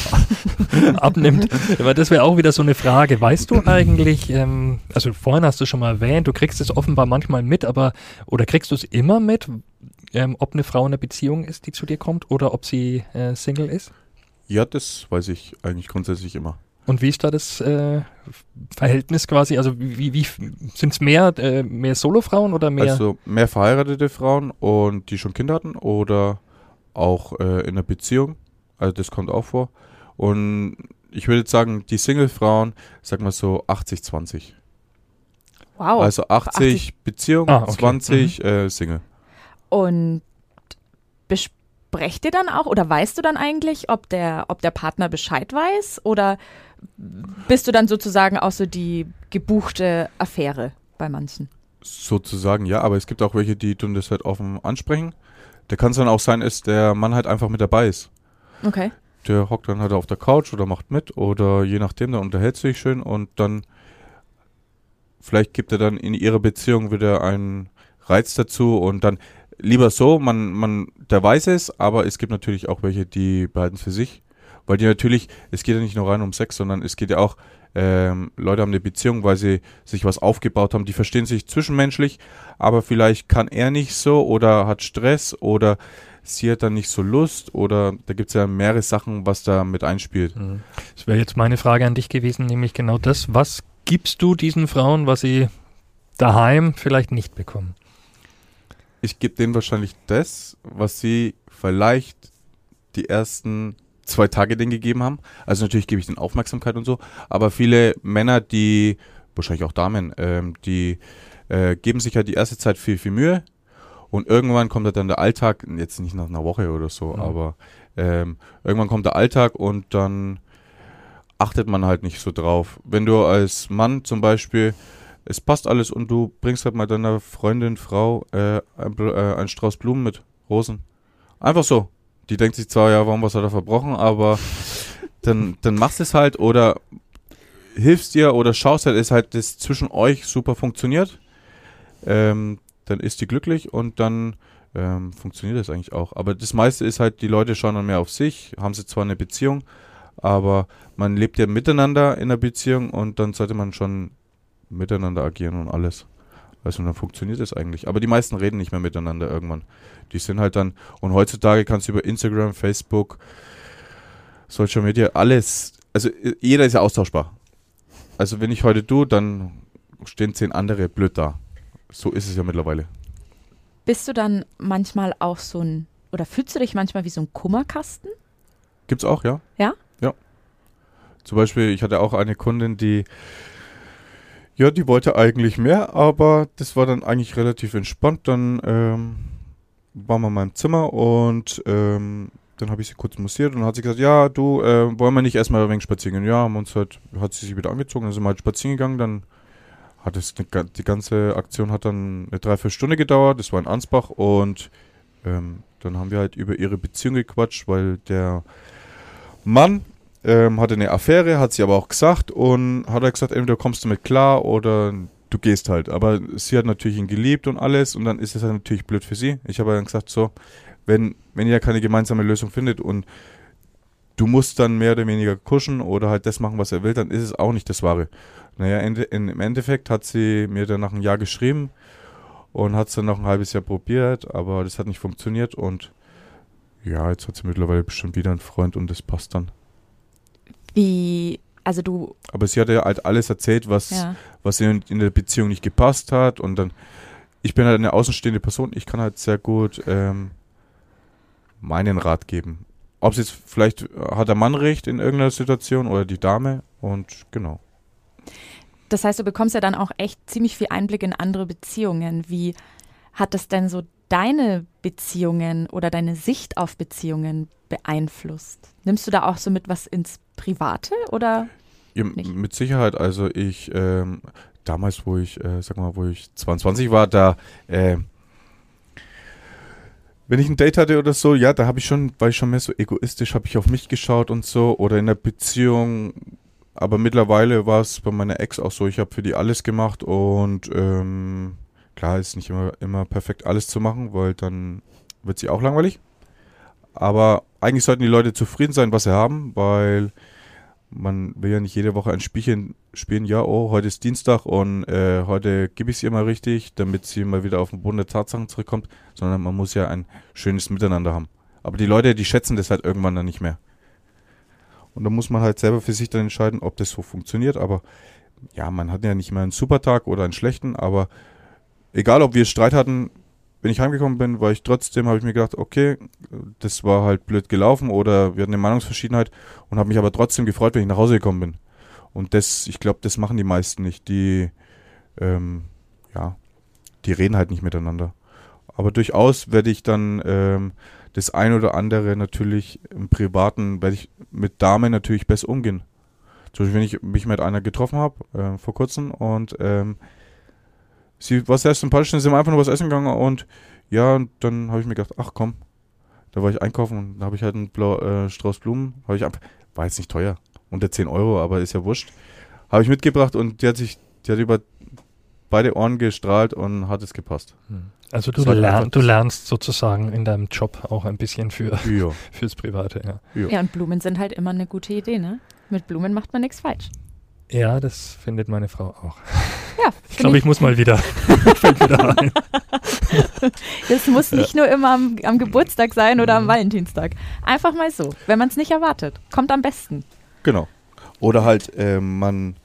abnimmt. Aber das wäre auch wieder so eine Frage. Weißt du eigentlich, also vorhin hast du schon mal erwähnt, du kriegst es offenbar manchmal mit, oder kriegst du es immer mit, ob eine Frau in einer Beziehung ist, die zu dir kommt, oder ob sie Single ist?
Ja, das weiß ich eigentlich grundsätzlich immer.
Und wie ist da das Verhältnis quasi? Also wie sind es mehr Solofrauen oder mehr?
Also mehr verheiratete Frauen und die schon Kinder hatten oder auch in einer Beziehung, also das kommt auch vor. Und ich würde jetzt sagen, die Single-Frauen, sagen wir so 80-20.
Wow.
Also 80 Beziehung,
okay.
20 Single.
Und besprecht ihr dann auch oder weißt du dann eigentlich, ob der Partner Bescheid weiß oder bist du dann sozusagen auch so die gebuchte Affäre bei manchen?
Sozusagen, ja, aber es gibt auch welche, die tun das halt offen ansprechen. Da kann es dann auch sein, dass der Mann halt einfach mit dabei ist.
Okay.
Der hockt dann halt auf der Couch oder macht mit oder je nachdem, dann unterhält sich schön und dann vielleicht gibt er dann in ihrer Beziehung wieder einen Reiz dazu und dann lieber so, der weiß es, aber es gibt natürlich auch welche, die behalten es für sich, weil die natürlich, es geht ja nicht nur rein um Sex, sondern es geht ja auch, Leute haben eine Beziehung, weil sie sich was aufgebaut haben, die verstehen sich zwischenmenschlich, aber vielleicht kann er nicht so oder hat Stress oder sie hat dann nicht so Lust oder da gibt es ja mehrere Sachen, was da mit einspielt.
Das wäre jetzt meine Frage an dich gewesen, nämlich genau das, was gibst du diesen Frauen, was sie daheim vielleicht nicht bekommen?
Ich gebe denen wahrscheinlich das, was sie vielleicht die ersten 2 Tage denen gegeben haben. Also natürlich gebe ich denen Aufmerksamkeit und so, aber viele Männer, wahrscheinlich auch Damen, die geben sich halt die erste Zeit viel, viel Mühe Und irgendwann kommt dann der Alltag, jetzt nicht nach einer Woche oder so, aber irgendwann kommt der Alltag und dann achtet man halt nicht so drauf. Wenn du als Mann zum Beispiel, es passt alles und du bringst halt mal deiner Freundin, Frau einen Strauß Blumen mit Rosen. Einfach so. Die denkt sich zwar, ja, warum, was hat er verbrochen, aber dann machst du es halt oder hilfst dir oder schaust halt, ist halt das zwischen euch super funktioniert. Dann ist die glücklich und dann funktioniert das eigentlich auch. Aber das meiste ist halt, die Leute schauen dann mehr auf sich, haben sie zwar eine Beziehung, aber man lebt ja miteinander in einer Beziehung und dann sollte man schon miteinander agieren und alles. Also dann funktioniert es eigentlich. Aber die meisten reden nicht mehr miteinander irgendwann. Die sind halt dann, und heutzutage kannst du über Instagram, Facebook, Social Media, alles, also jeder ist ja austauschbar. Also wenn ich heute dann stehen 10 andere blöd da. So ist es ja mittlerweile.
Bist du dann manchmal auch oder fühlst du dich manchmal wie so ein Kummerkasten?
Gibt's auch, ja.
Ja?
Ja. Zum Beispiel, ich hatte auch eine Kundin, die wollte eigentlich mehr, aber das war dann eigentlich relativ entspannt. Dann waren wir in meinem Zimmer und dann habe ich sie kurz massiert und dann hat sie gesagt, ja, du, wollen wir nicht erstmal ein wenig spazieren gehen? Ja, hat sie sich wieder angezogen, dann sind wir halt spazieren gegangen, dann hat die ganze Aktion hat dann eine 3-4 Stunden gedauert, das war in Ansbach und dann haben wir halt über ihre Beziehung gequatscht, weil der Mann hatte eine Affäre, hat sie aber auch gesagt und hat gesagt, entweder kommst du mit klar oder du gehst halt. Aber sie hat natürlich ihn geliebt und alles und dann ist es halt natürlich blöd für sie. Ich habe dann gesagt, so, wenn ihr keine gemeinsame Lösung findet und du musst dann mehr oder weniger kuschen oder halt das machen, was er will, dann ist es auch nicht das Wahre. Naja, im Endeffekt hat sie mir dann nach einem Jahr geschrieben und hat es dann noch ein halbes Jahr probiert, aber das hat nicht funktioniert und ja, jetzt hat sie mittlerweile bestimmt wieder einen Freund und das passt dann. Aber sie hat ja halt alles erzählt, was in der Beziehung nicht gepasst hat und dann, ich bin halt eine außenstehende Person, ich kann halt sehr gut meinen Rat geben. Ob es jetzt, vielleicht hat der Mann recht in irgendeiner Situation oder die Dame und genau.
Das heißt, du bekommst ja dann auch echt ziemlich viel Einblick in andere Beziehungen. Wie hat das denn so deine Beziehungen oder deine Sicht auf Beziehungen beeinflusst? Nimmst du da auch so mit was ins Private oder
ja,
nicht?
Mit Sicherheit. Also ich, damals, wo ich 22 war, da, wenn ich ein Date hatte oder so, ja, da war ich schon mehr so egoistisch, habe ich auf mich geschaut und so oder in der Beziehung. Aber mittlerweile war es bei meiner Ex auch so, ich habe für die alles gemacht und klar ist nicht immer perfekt alles zu machen, weil dann wird sie auch langweilig. Aber eigentlich sollten die Leute zufrieden sein, was sie haben, weil man will ja nicht jede Woche ein Spielchen spielen, ja, oh, heute ist Dienstag und heute gebe ich es ihr mal richtig, damit sie mal wieder auf den Boden der Tatsachen zurückkommt, sondern man muss ja ein schönes Miteinander haben. Aber die Leute, die schätzen das halt irgendwann dann nicht mehr. Und da muss man halt selber für sich dann entscheiden, ob das so funktioniert. Aber ja, man hat ja nicht mehr einen super Tag oder einen schlechten. Aber egal, ob wir Streit hatten, wenn ich heimgekommen bin, habe ich mir gedacht, okay, das war halt blöd gelaufen oder wir hatten eine Meinungsverschiedenheit und habe mich aber trotzdem gefreut, wenn ich nach Hause gekommen bin. Und ich glaube, das machen die meisten nicht. Die reden halt nicht miteinander. Aber durchaus werde ich dann das ein oder andere natürlich im Privaten, werde ich mit Damen natürlich besser umgehen. Zum Beispiel, wenn ich mich mit einer getroffen habe, vor kurzem und sie war sehr sympathisch, dann sind wir einfach nur was essen gegangen und ja, und dann habe ich mir gedacht, ach komm, da war ich einkaufen und da habe ich halt einen Strauß Blumen, war jetzt nicht teuer, unter 10 Euro, aber ist ja wurscht, habe ich mitgebracht und die hat über beide Ohren gestrahlt und hat es gepasst.
Also du lernst sozusagen in deinem Job auch ein bisschen fürs Private.
Ja, und Blumen sind halt immer eine gute Idee, ne? Mit Blumen macht man nichts falsch.
Ja, das findet meine Frau auch.
Ja,
ich glaube, ich muss mal wieder. Fällt mir da ein.
Das muss nicht nur immer am Geburtstag sein oder am Valentinstag. Einfach mal so, wenn man es nicht erwartet. Kommt am besten.
Genau. Oder halt man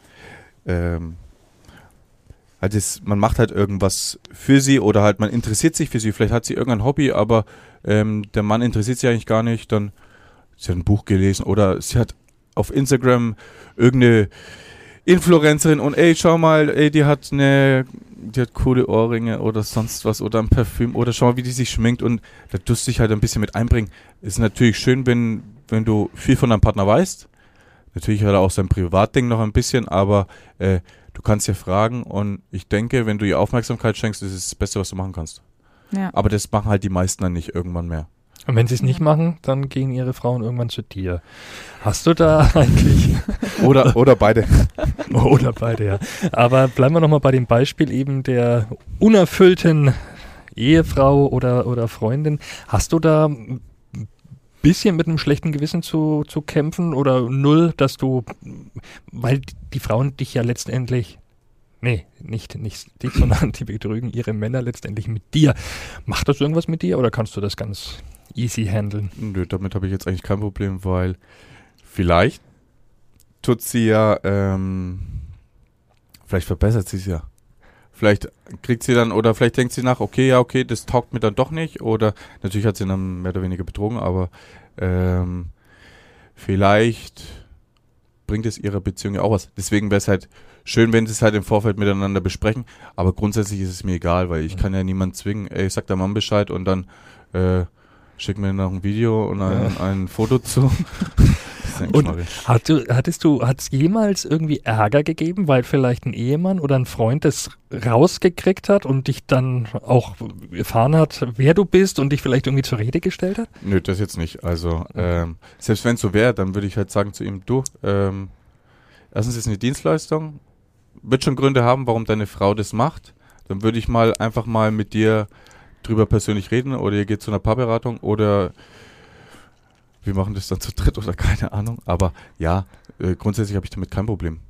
macht halt irgendwas für sie oder halt man interessiert sich für sie. Vielleicht hat sie irgendein Hobby, aber der Mann interessiert sich eigentlich gar nicht. Dann sie hat ein Buch gelesen oder sie hat auf Instagram irgendeine Influencerin und ey, schau mal, ey, die hat coole Ohrringe oder sonst was oder ein Parfüm oder schau mal, wie die sich schminkt und da tust du dich halt ein bisschen mit einbringen. Ist natürlich schön, wenn du viel von deinem Partner weißt. Natürlich hat er auch sein Privatding noch ein bisschen, aber du kannst ja fragen und ich denke, wenn du ihr Aufmerksamkeit schenkst, ist es das Beste, was du machen kannst.
Ja.
Aber das machen halt die meisten dann nicht irgendwann mehr.
Und wenn sie es nicht machen, dann gehen ihre Frauen irgendwann zu dir. Hast du da eigentlich...
Oder beide.
Oder beide, ja. Aber bleiben wir nochmal bei dem Beispiel eben der unerfüllten Ehefrau oder Freundin. Hast du da ein bisschen mit einem schlechten Gewissen zu kämpfen oder null, dass du, weil die Frauen dich ja letztendlich, nee, nicht dich, sondern die betrügen ihre Männer letztendlich mit dir. Macht das irgendwas mit dir oder kannst du das ganz easy handeln?
Nö, damit habe ich jetzt eigentlich kein Problem, weil vielleicht tut sie ja, vielleicht verbessert sie es ja. Vielleicht kriegt sie dann, oder vielleicht denkt sie nach, okay, das taugt mir dann doch nicht. Oder natürlich hat sie dann mehr oder weniger betrogen, aber vielleicht bringt es ihrer Beziehung ja auch was. Deswegen wäre es halt schön, wenn sie es halt im Vorfeld miteinander besprechen. Aber grundsätzlich ist es mir egal, weil ich kann ja niemanden zwingen, ey, sag der Mann Bescheid und dann schick mir noch ein Video und ein Foto zu.
Und hat es jemals irgendwie Ärger gegeben, weil vielleicht ein Ehemann oder ein Freund das rausgekriegt hat und dich dann auch erfahren hat, wer du bist und dich vielleicht irgendwie zur Rede gestellt hat?
Nö, das jetzt nicht. Also selbst wenn es so wäre, dann würde ich halt sagen zu ihm, du, erstens ist es eine Dienstleistung, wird schon Gründe haben, warum deine Frau das macht. Dann würde ich mal einfach mal mit dir drüber persönlich reden oder ihr geht zu einer Paarberatung oder wir machen das dann zu dritt oder keine Ahnung. Aber ja, grundsätzlich habe ich damit kein Problem.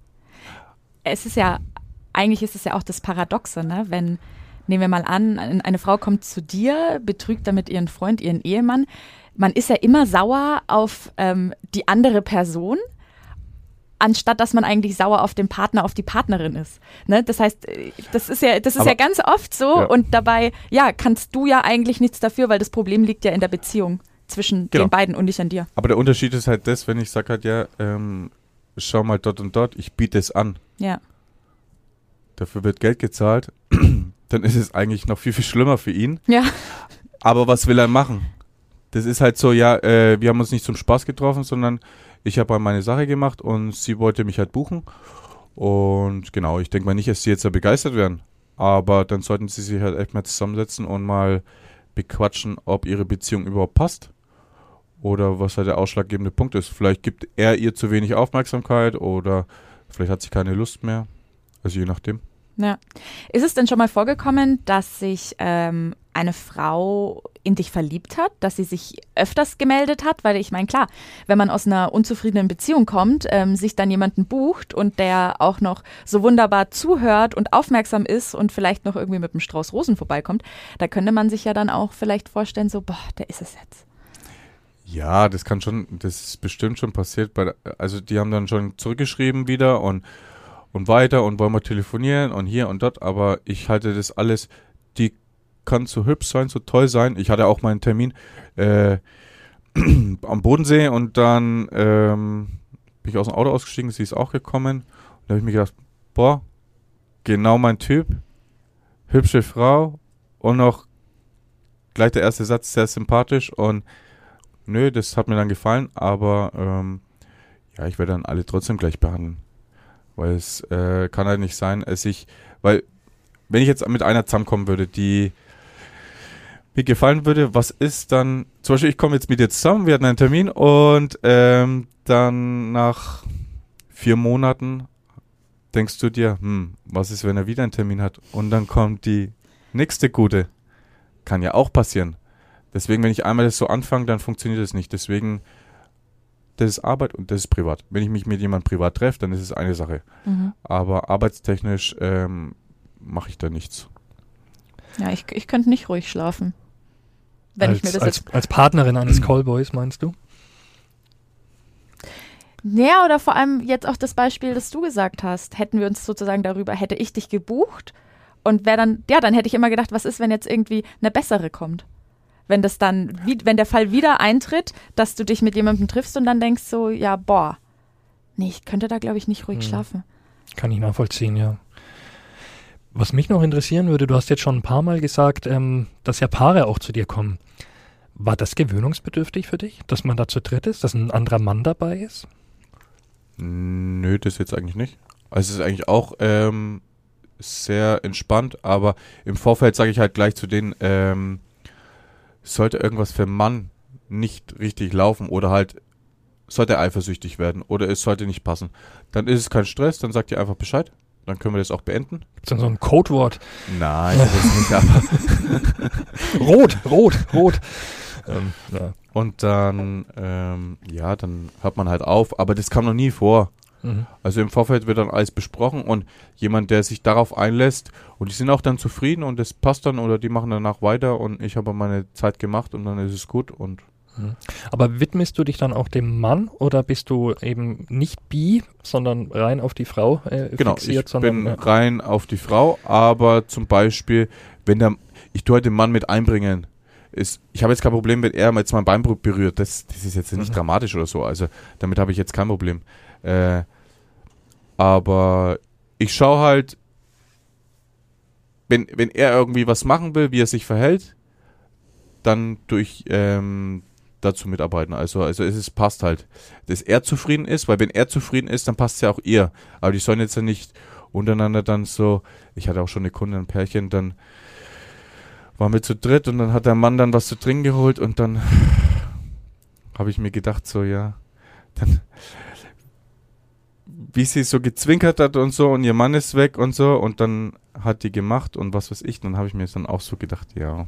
Eigentlich ist es ja auch das Paradoxe, ne? Wenn, nehmen wir mal an, eine Frau kommt zu dir, betrügt damit ihren Freund, ihren Ehemann. Man ist ja immer sauer auf die andere Person, anstatt dass man eigentlich sauer auf den Partner, auf die Partnerin ist. Ne? Das heißt, das ist ja ganz oft so und dabei, kannst du ja eigentlich nichts dafür, weil das Problem liegt ja in der Beziehung zwischen den beiden und nicht an dir.
Aber der Unterschied ist halt das, wenn ich sage halt, schau mal dort und dort, ich biete es an.
Ja.
Dafür wird Geld gezahlt, dann ist es eigentlich noch viel, viel schlimmer für ihn.
Ja.
Aber was will er machen? Das ist halt so, wir haben uns nicht zum Spaß getroffen, sondern ich habe halt meine Sache gemacht und sie wollte mich halt buchen. Und genau, ich denke mal nicht, dass sie jetzt da begeistert werden. Aber dann sollten sie sich halt echt mal zusammensetzen und mal bequatschen, ob ihre Beziehung überhaupt passt. Oder was halt der ausschlaggebende Punkt ist. Vielleicht gibt er ihr zu wenig Aufmerksamkeit oder vielleicht hat sie keine Lust mehr. Also je nachdem.
Ja. Ist es denn schon mal vorgekommen, dass sich eine Frau in dich verliebt hat, dass sie sich öfters gemeldet hat? Weil ich meine, klar, wenn man aus einer unzufriedenen Beziehung kommt, sich dann jemanden bucht und der auch noch so wunderbar zuhört und aufmerksam ist und vielleicht noch irgendwie mit einem Strauß Rosen vorbeikommt, da könnte man sich ja dann auch vielleicht vorstellen, so, der ist es jetzt.
Ja, das ist bestimmt schon passiert. Also die haben dann schon zurückgeschrieben wieder und weiter und wollen wir telefonieren und hier und dort, aber ich halte das alles, die kann so hübsch sein, so toll sein. Ich hatte auch meinen Termin am Bodensee und dann bin ich aus dem Auto ausgestiegen, sie ist auch gekommen und da habe ich mir gedacht, genau mein Typ, hübsche Frau und noch gleich der erste Satz, sehr sympathisch und nö, das hat mir dann gefallen, aber ich werde dann alle trotzdem gleich behandeln. Weil es kann halt nicht sein, weil wenn ich jetzt mit einer zusammenkommen würde, die mir gefallen würde, was ist dann, zum Beispiel ich komme jetzt mit dir zusammen, wir hatten einen Termin und dann nach 4 Monaten denkst du dir, was ist, wenn er wieder einen Termin hat und dann kommt die nächste gute. Kann ja auch passieren. Deswegen, wenn ich einmal das so anfange, dann funktioniert das nicht. Deswegen, das ist Arbeit und das ist privat. Wenn ich mich mit jemandem privat treffe, dann ist es eine Sache. Mhm. Aber arbeitstechnisch mache ich da nichts.
Ja, ich könnte nicht ruhig schlafen. Wenn ich mir das
als Partnerin eines Callboys, meinst du?
Ja, oder vor allem jetzt auch das Beispiel, das du gesagt hast. Hätten wir uns sozusagen hätte ich dich gebucht und dann hätte ich immer gedacht, was ist, wenn jetzt irgendwie eine bessere kommt? Wenn der Fall wieder eintritt, dass du dich mit jemandem triffst und dann denkst so, ich könnte da glaube ich nicht ruhig schlafen.
Kann ich nachvollziehen, ja. Was mich noch interessieren würde, du hast jetzt schon ein paar Mal gesagt, dass ja Paare auch zu dir kommen. War das gewöhnungsbedürftig für dich, dass man da zu dritt ist, dass ein anderer Mann dabei ist?
Nö, das jetzt eigentlich nicht. Also es ist eigentlich auch sehr entspannt, aber im Vorfeld sage ich halt gleich zu denen, sollte irgendwas für einen Mann nicht richtig laufen oder halt sollte er eifersüchtig werden oder es sollte nicht passen, dann ist es kein Stress, dann sagt ihr einfach Bescheid, dann können wir das auch beenden.
Gibt es dann so ein Codewort?
Nein, das nicht, aber
Rot. Ja.
Und dann, dann hört man halt auf, aber das kam noch nie vor.
Mhm.
Also im Vorfeld wird dann alles besprochen und jemand, der sich darauf einlässt und die sind auch dann zufrieden und das passt dann oder die machen danach weiter und ich habe meine Zeit gemacht und dann ist es gut. Und
aber widmest du dich dann auch dem Mann oder bist du eben nicht bi, sondern rein auf die Frau
genau,
fixiert?
Ich bin rein auf die Frau, aber zum Beispiel, ich tue halt den Mann mit einbringen. Ich habe jetzt kein Problem, wenn er jetzt mein Bein berührt. Das ist jetzt nicht dramatisch oder so. Also damit habe ich jetzt kein Problem. Aber ich schaue halt, wenn er irgendwie was machen will, wie er sich verhält, dann tue ich dazu mitarbeiten. Also es passt halt, dass er zufrieden ist, weil wenn er zufrieden ist, dann passt es ja auch ihr. Aber die sollen jetzt ja nicht untereinander dann so, ich hatte auch schon eine Kundin, ein Pärchen, dann waren wir zu dritt und dann hat der Mann dann was zu trinken geholt und dann habe ich mir gedacht so, ja, dann wie sie so gezwinkert hat und so und ihr Mann ist weg und so und dann hat die gemacht und was weiß ich, dann habe ich mir dann auch so gedacht, ja,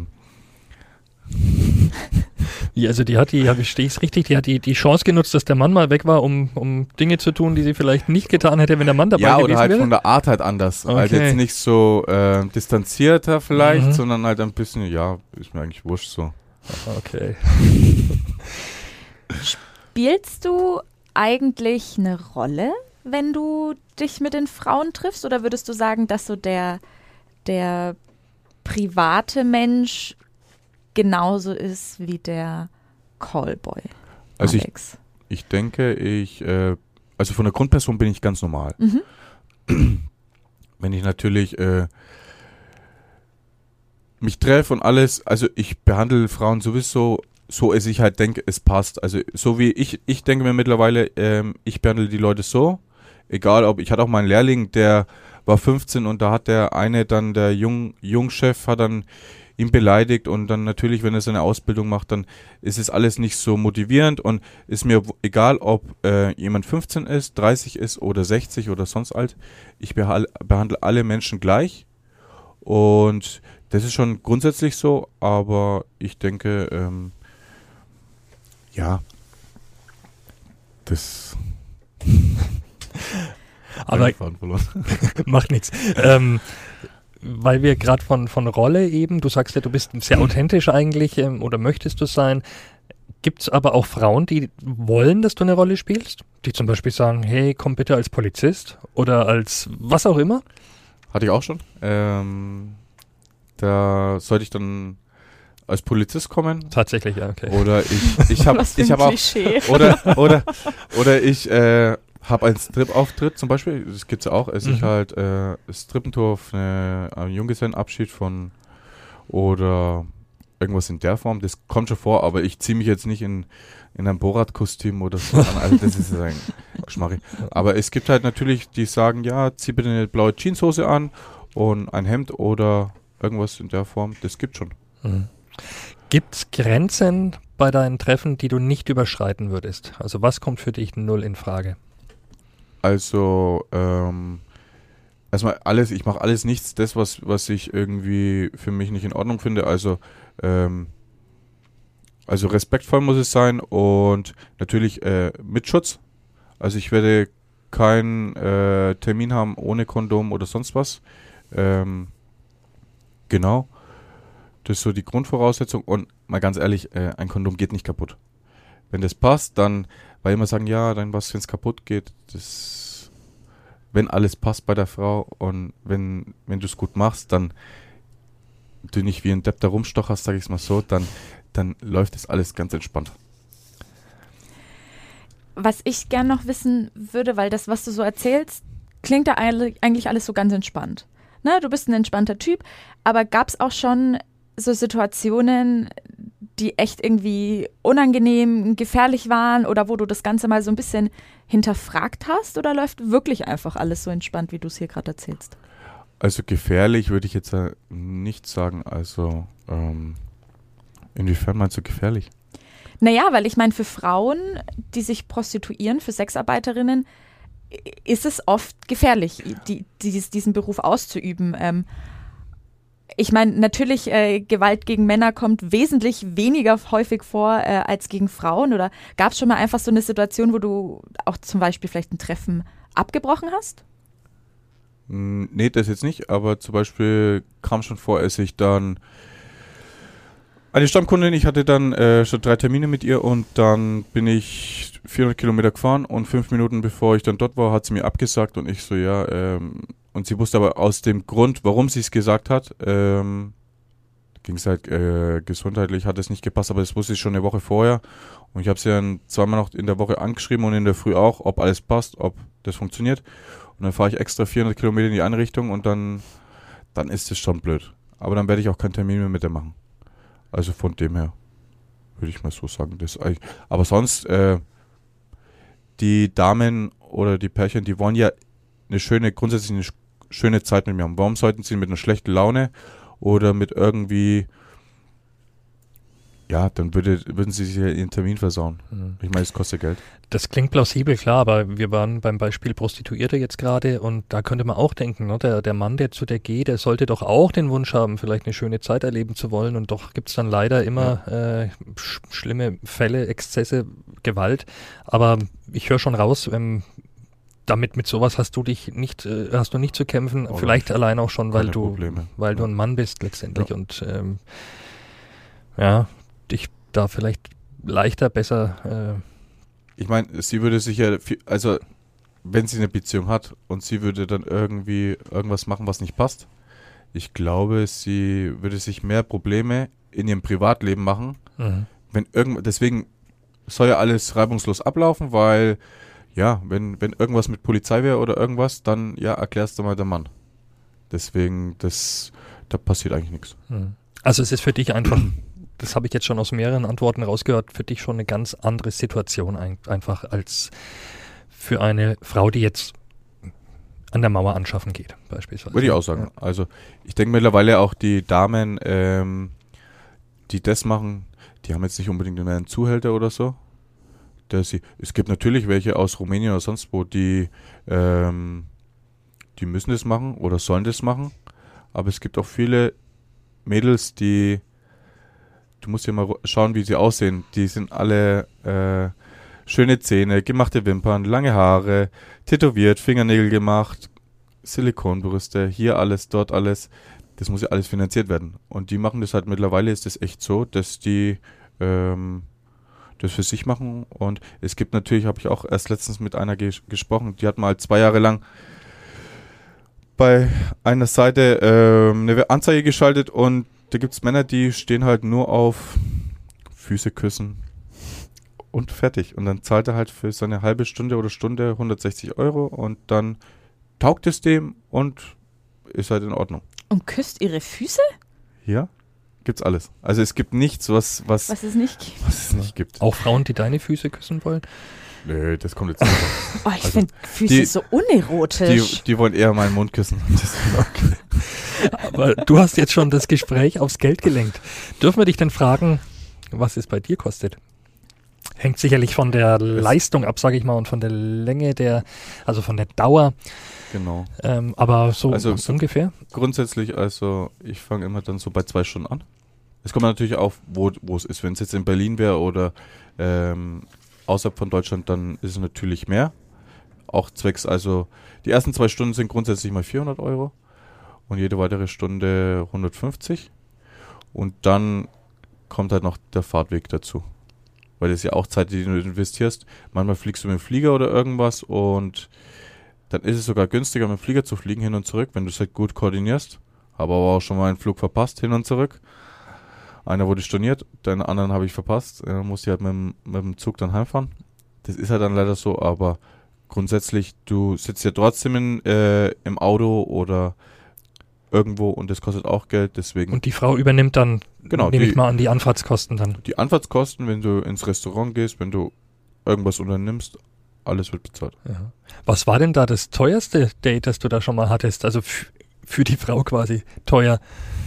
Ja, also verstehe ich es richtig, die hat die Chance genutzt, dass der Mann mal weg war, um Dinge zu tun, die sie vielleicht nicht getan hätte, wenn der Mann dabei gewesen wäre?
Ja, oder halt von der Art halt anders.
Okay.
Halt jetzt nicht so distanzierter vielleicht, sondern halt ein bisschen, ja, ist mir eigentlich wurscht so.
Okay.
Spielst du eigentlich eine Rolle, wenn du dich mit den Frauen triffst? Oder würdest du sagen, dass so der private Mensch genauso ist wie der Callboy?
Also
Alex?
ich denke, also von der Grundperson bin ich ganz normal. Wenn ich natürlich mich treffe und alles, also ich behandle Frauen sowieso so, als ich halt denke, es passt. Also so wie ich denke mir mittlerweile, ich behandle die Leute so, egal ob, ich hatte auch mal einen Lehrling, der war 15 und da hat der Jungchef hat dann ihn beleidigt und dann natürlich, wenn er seine Ausbildung macht, dann ist es alles nicht so motivierend und ist mir egal, ob jemand 15 ist, 30 ist oder 60 oder sonst alt. Ich behandle alle Menschen gleich und das ist schon grundsätzlich so, aber ich denke, ja, das
aber macht nichts. Weil wir gerade von Rolle eben, du sagst ja, du bist sehr authentisch eigentlich oder möchtest du sein. Gibt es aber auch Frauen, die wollen, dass du eine Rolle spielst? Die zum Beispiel sagen, hey, komm bitte als Polizist oder als was auch immer?
Hatte ich auch schon. Da sollte ich dann als Polizist kommen.
Tatsächlich, ja, okay.
Oder ich habe auch oder ich habe einen Strip-Auftritt zum Beispiel, das gibt's ja auch, ich halt Strippentour auf einen Junggesellenabschied von oder irgendwas in der Form, das kommt schon vor, aber ich ziehe mich jetzt nicht in ein Borat-Kostüm oder so an, also das ist ein Geschmack. Aber es gibt halt natürlich, die sagen, ja, zieh bitte eine blaue Jeanshose an und ein Hemd oder irgendwas in der Form, das gibt schon.
Gibt's Grenzen bei deinen Treffen, die du nicht überschreiten würdest? Also was kommt für dich null in Frage?
Also, erstmal alles, ich mache alles nichts, das, was ich irgendwie für mich nicht in Ordnung finde. Also respektvoll muss es sein und natürlich mit Schutz. Also ich werde keinen Termin haben ohne Kondom oder sonst was. Genau. Das ist so die Grundvoraussetzung. Und mal ganz ehrlich, ein Kondom geht nicht kaputt. Wenn das passt, dann, weil immer sagen, ja, dann was, wenn es kaputt geht, wenn alles passt bei der Frau und wenn du es gut machst, dann du nicht wie ein Depp da rumstocherst, sag ich es mal so, dann läuft das alles ganz entspannt.
Was ich gern noch wissen würde, weil das, was du so erzählst, klingt da eigentlich alles so ganz entspannt. Ne, du bist ein entspannter Typ, aber gab es auch schon so Situationen, die echt irgendwie unangenehm, gefährlich waren oder wo du das Ganze mal so ein bisschen hinterfragt hast, oder läuft wirklich einfach alles so entspannt, wie du es hier gerade erzählst?
Also gefährlich würde ich jetzt nicht sagen. Also inwiefern meinst du gefährlich?
Naja, weil ich meine, für Frauen, die sich prostituieren, für Sexarbeiterinnen, ist es oft gefährlich, diesen Beruf auszuüben. Ich meine, natürlich, Gewalt gegen Männer kommt wesentlich weniger häufig vor als gegen Frauen. Oder gab es schon mal einfach so eine Situation, wo du auch zum Beispiel vielleicht ein Treffen abgebrochen hast?
Nee, das jetzt nicht, aber zum Beispiel kam schon vor, als ich dann eine Stammkundin, ich hatte dann schon 3 Termine mit ihr und dann bin ich 400 Kilometer gefahren und 5 Minuten bevor ich dann dort war, hat sie mir abgesagt und ich so, ja, und sie wusste aber aus dem Grund, warum sie es gesagt hat, ging es halt gesundheitlich, hat es nicht gepasst, aber das wusste ich schon eine Woche vorher und ich habe sie dann zweimal noch in der Woche angeschrieben und in der Früh auch, ob alles passt, ob das funktioniert. Und dann fahre ich extra 400 Kilometer in die eine Richtung und dann ist es schon blöd. Aber dann werde ich auch keinen Termin mehr mit der machen. Also von dem her würde ich mal so sagen. Aber sonst, die Damen oder die Pärchen, die wollen ja grundsätzlich eine schöne Zeit mit mir haben. Warum sollten sie mit einer schlechten Laune oder mit irgendwie, ja, dann würden sie sich ja ihren Termin versauen. Ich meine, es kostet Geld.
Das klingt plausibel, klar, aber wir waren beim Beispiel Prostituierte jetzt gerade und da könnte man auch denken, ne, der Mann, der zu der geht, der sollte doch auch den Wunsch haben, vielleicht eine schöne Zeit erleben zu wollen, und doch gibt es dann leider immer schlimme Fälle, Exzesse, Gewalt, aber ich höre schon raus, mit sowas hast du nicht zu kämpfen,
Oder
vielleicht allein auch schon, weil du ein Mann bist letztendlich und dich da vielleicht leichter, besser.
Ich meine, sie würde sich ja, also wenn sie eine Beziehung hat und sie würde dann irgendwie irgendwas machen, was nicht passt, ich glaube, sie würde sich mehr Probleme in ihrem Privatleben machen. Deswegen soll ja alles reibungslos ablaufen, weil ja, wenn irgendwas mit Polizei wäre oder irgendwas, dann ja, erklärst du mal der Mann. Deswegen, da passiert eigentlich nichts.
Also es ist für dich einfach, das habe ich jetzt schon aus mehreren Antworten rausgehört, für dich schon eine ganz andere Situation einfach als für eine Frau, die jetzt an der Mauer anschaffen geht, beispielsweise.
Würde ich auch sagen. Ja. Also ich denke mittlerweile auch die Damen, die das machen, die haben jetzt nicht unbedingt einen Zuhälter oder so. Es gibt natürlich welche aus Rumänien oder sonst wo, die müssen das machen oder sollen das machen. Aber es gibt auch viele Mädels, du musst ja mal schauen, wie sie aussehen. Die sind alle schöne Zähne, gemachte Wimpern, lange Haare, tätowiert, Fingernägel gemacht, Silikonbrüste, hier alles, dort alles. Das muss ja alles finanziert werden. Und die machen das halt mittlerweile, ist das echt so, dass die das für sich machen. Und es gibt natürlich, habe ich auch erst letztens mit einer gesprochen, die hat mal 2 Jahre lang bei einer Seite eine Anzeige geschaltet und da gibt es Männer, die stehen halt nur auf Füße küssen und fertig. Und dann zahlt er halt für seine halbe Stunde oder Stunde 160 € und dann taugt es dem und ist halt in Ordnung.
Und küsst ihre Füße?
Ja, gibt's alles. Also es gibt nichts, was
es nicht gibt.
Auch Frauen, die deine Füße küssen wollen?
Nö, das kommt jetzt nicht.
Oh, ich finde Füße so unerotisch.
Die wollen eher meinen Mund küssen. Das ist okay.
Aber du hast jetzt schon das Gespräch aufs Geld gelenkt. Dürfen wir dich denn fragen, was es bei dir kostet? Hängt sicherlich von der Leistung ab, sage ich mal, und von der Länge also von der Dauer.
Genau.
Aber so ungefähr?
Grundsätzlich, also ich fange immer dann so bei 2 Stunden an. Es kommt natürlich auf, wo es ist. Wenn es jetzt in Berlin wäre oder außerhalb von Deutschland, dann ist es natürlich mehr. Auch zwecks, also die ersten 2 Stunden sind grundsätzlich mal 400 € und jede weitere Stunde 150. Und dann kommt halt noch der Fahrtweg dazu. Weil das ist ja auch Zeit, die du investierst. Manchmal fliegst du mit dem Flieger oder irgendwas und dann ist es sogar günstiger, mit dem Flieger zu fliegen, hin und zurück, wenn du es halt gut koordinierst. Habe aber auch schon mal einen Flug verpasst, hin und zurück. Einer wurde storniert, den anderen habe ich verpasst. Musste halt mit dem Zug dann heimfahren. Das ist halt dann leider so, aber grundsätzlich, du sitzt ja trotzdem im Auto oder irgendwo und das kostet auch Geld, deswegen.
Und die Frau übernimmt dann,
Genau,
nehme ich mal an, die Anfahrtskosten dann.
Die Anfahrtskosten, wenn du ins Restaurant gehst, wenn du irgendwas unternimmst, alles wird bezahlt.
Ja. Was war denn da das teuerste Date, das du da schon mal hattest? Also für die Frau quasi teuer.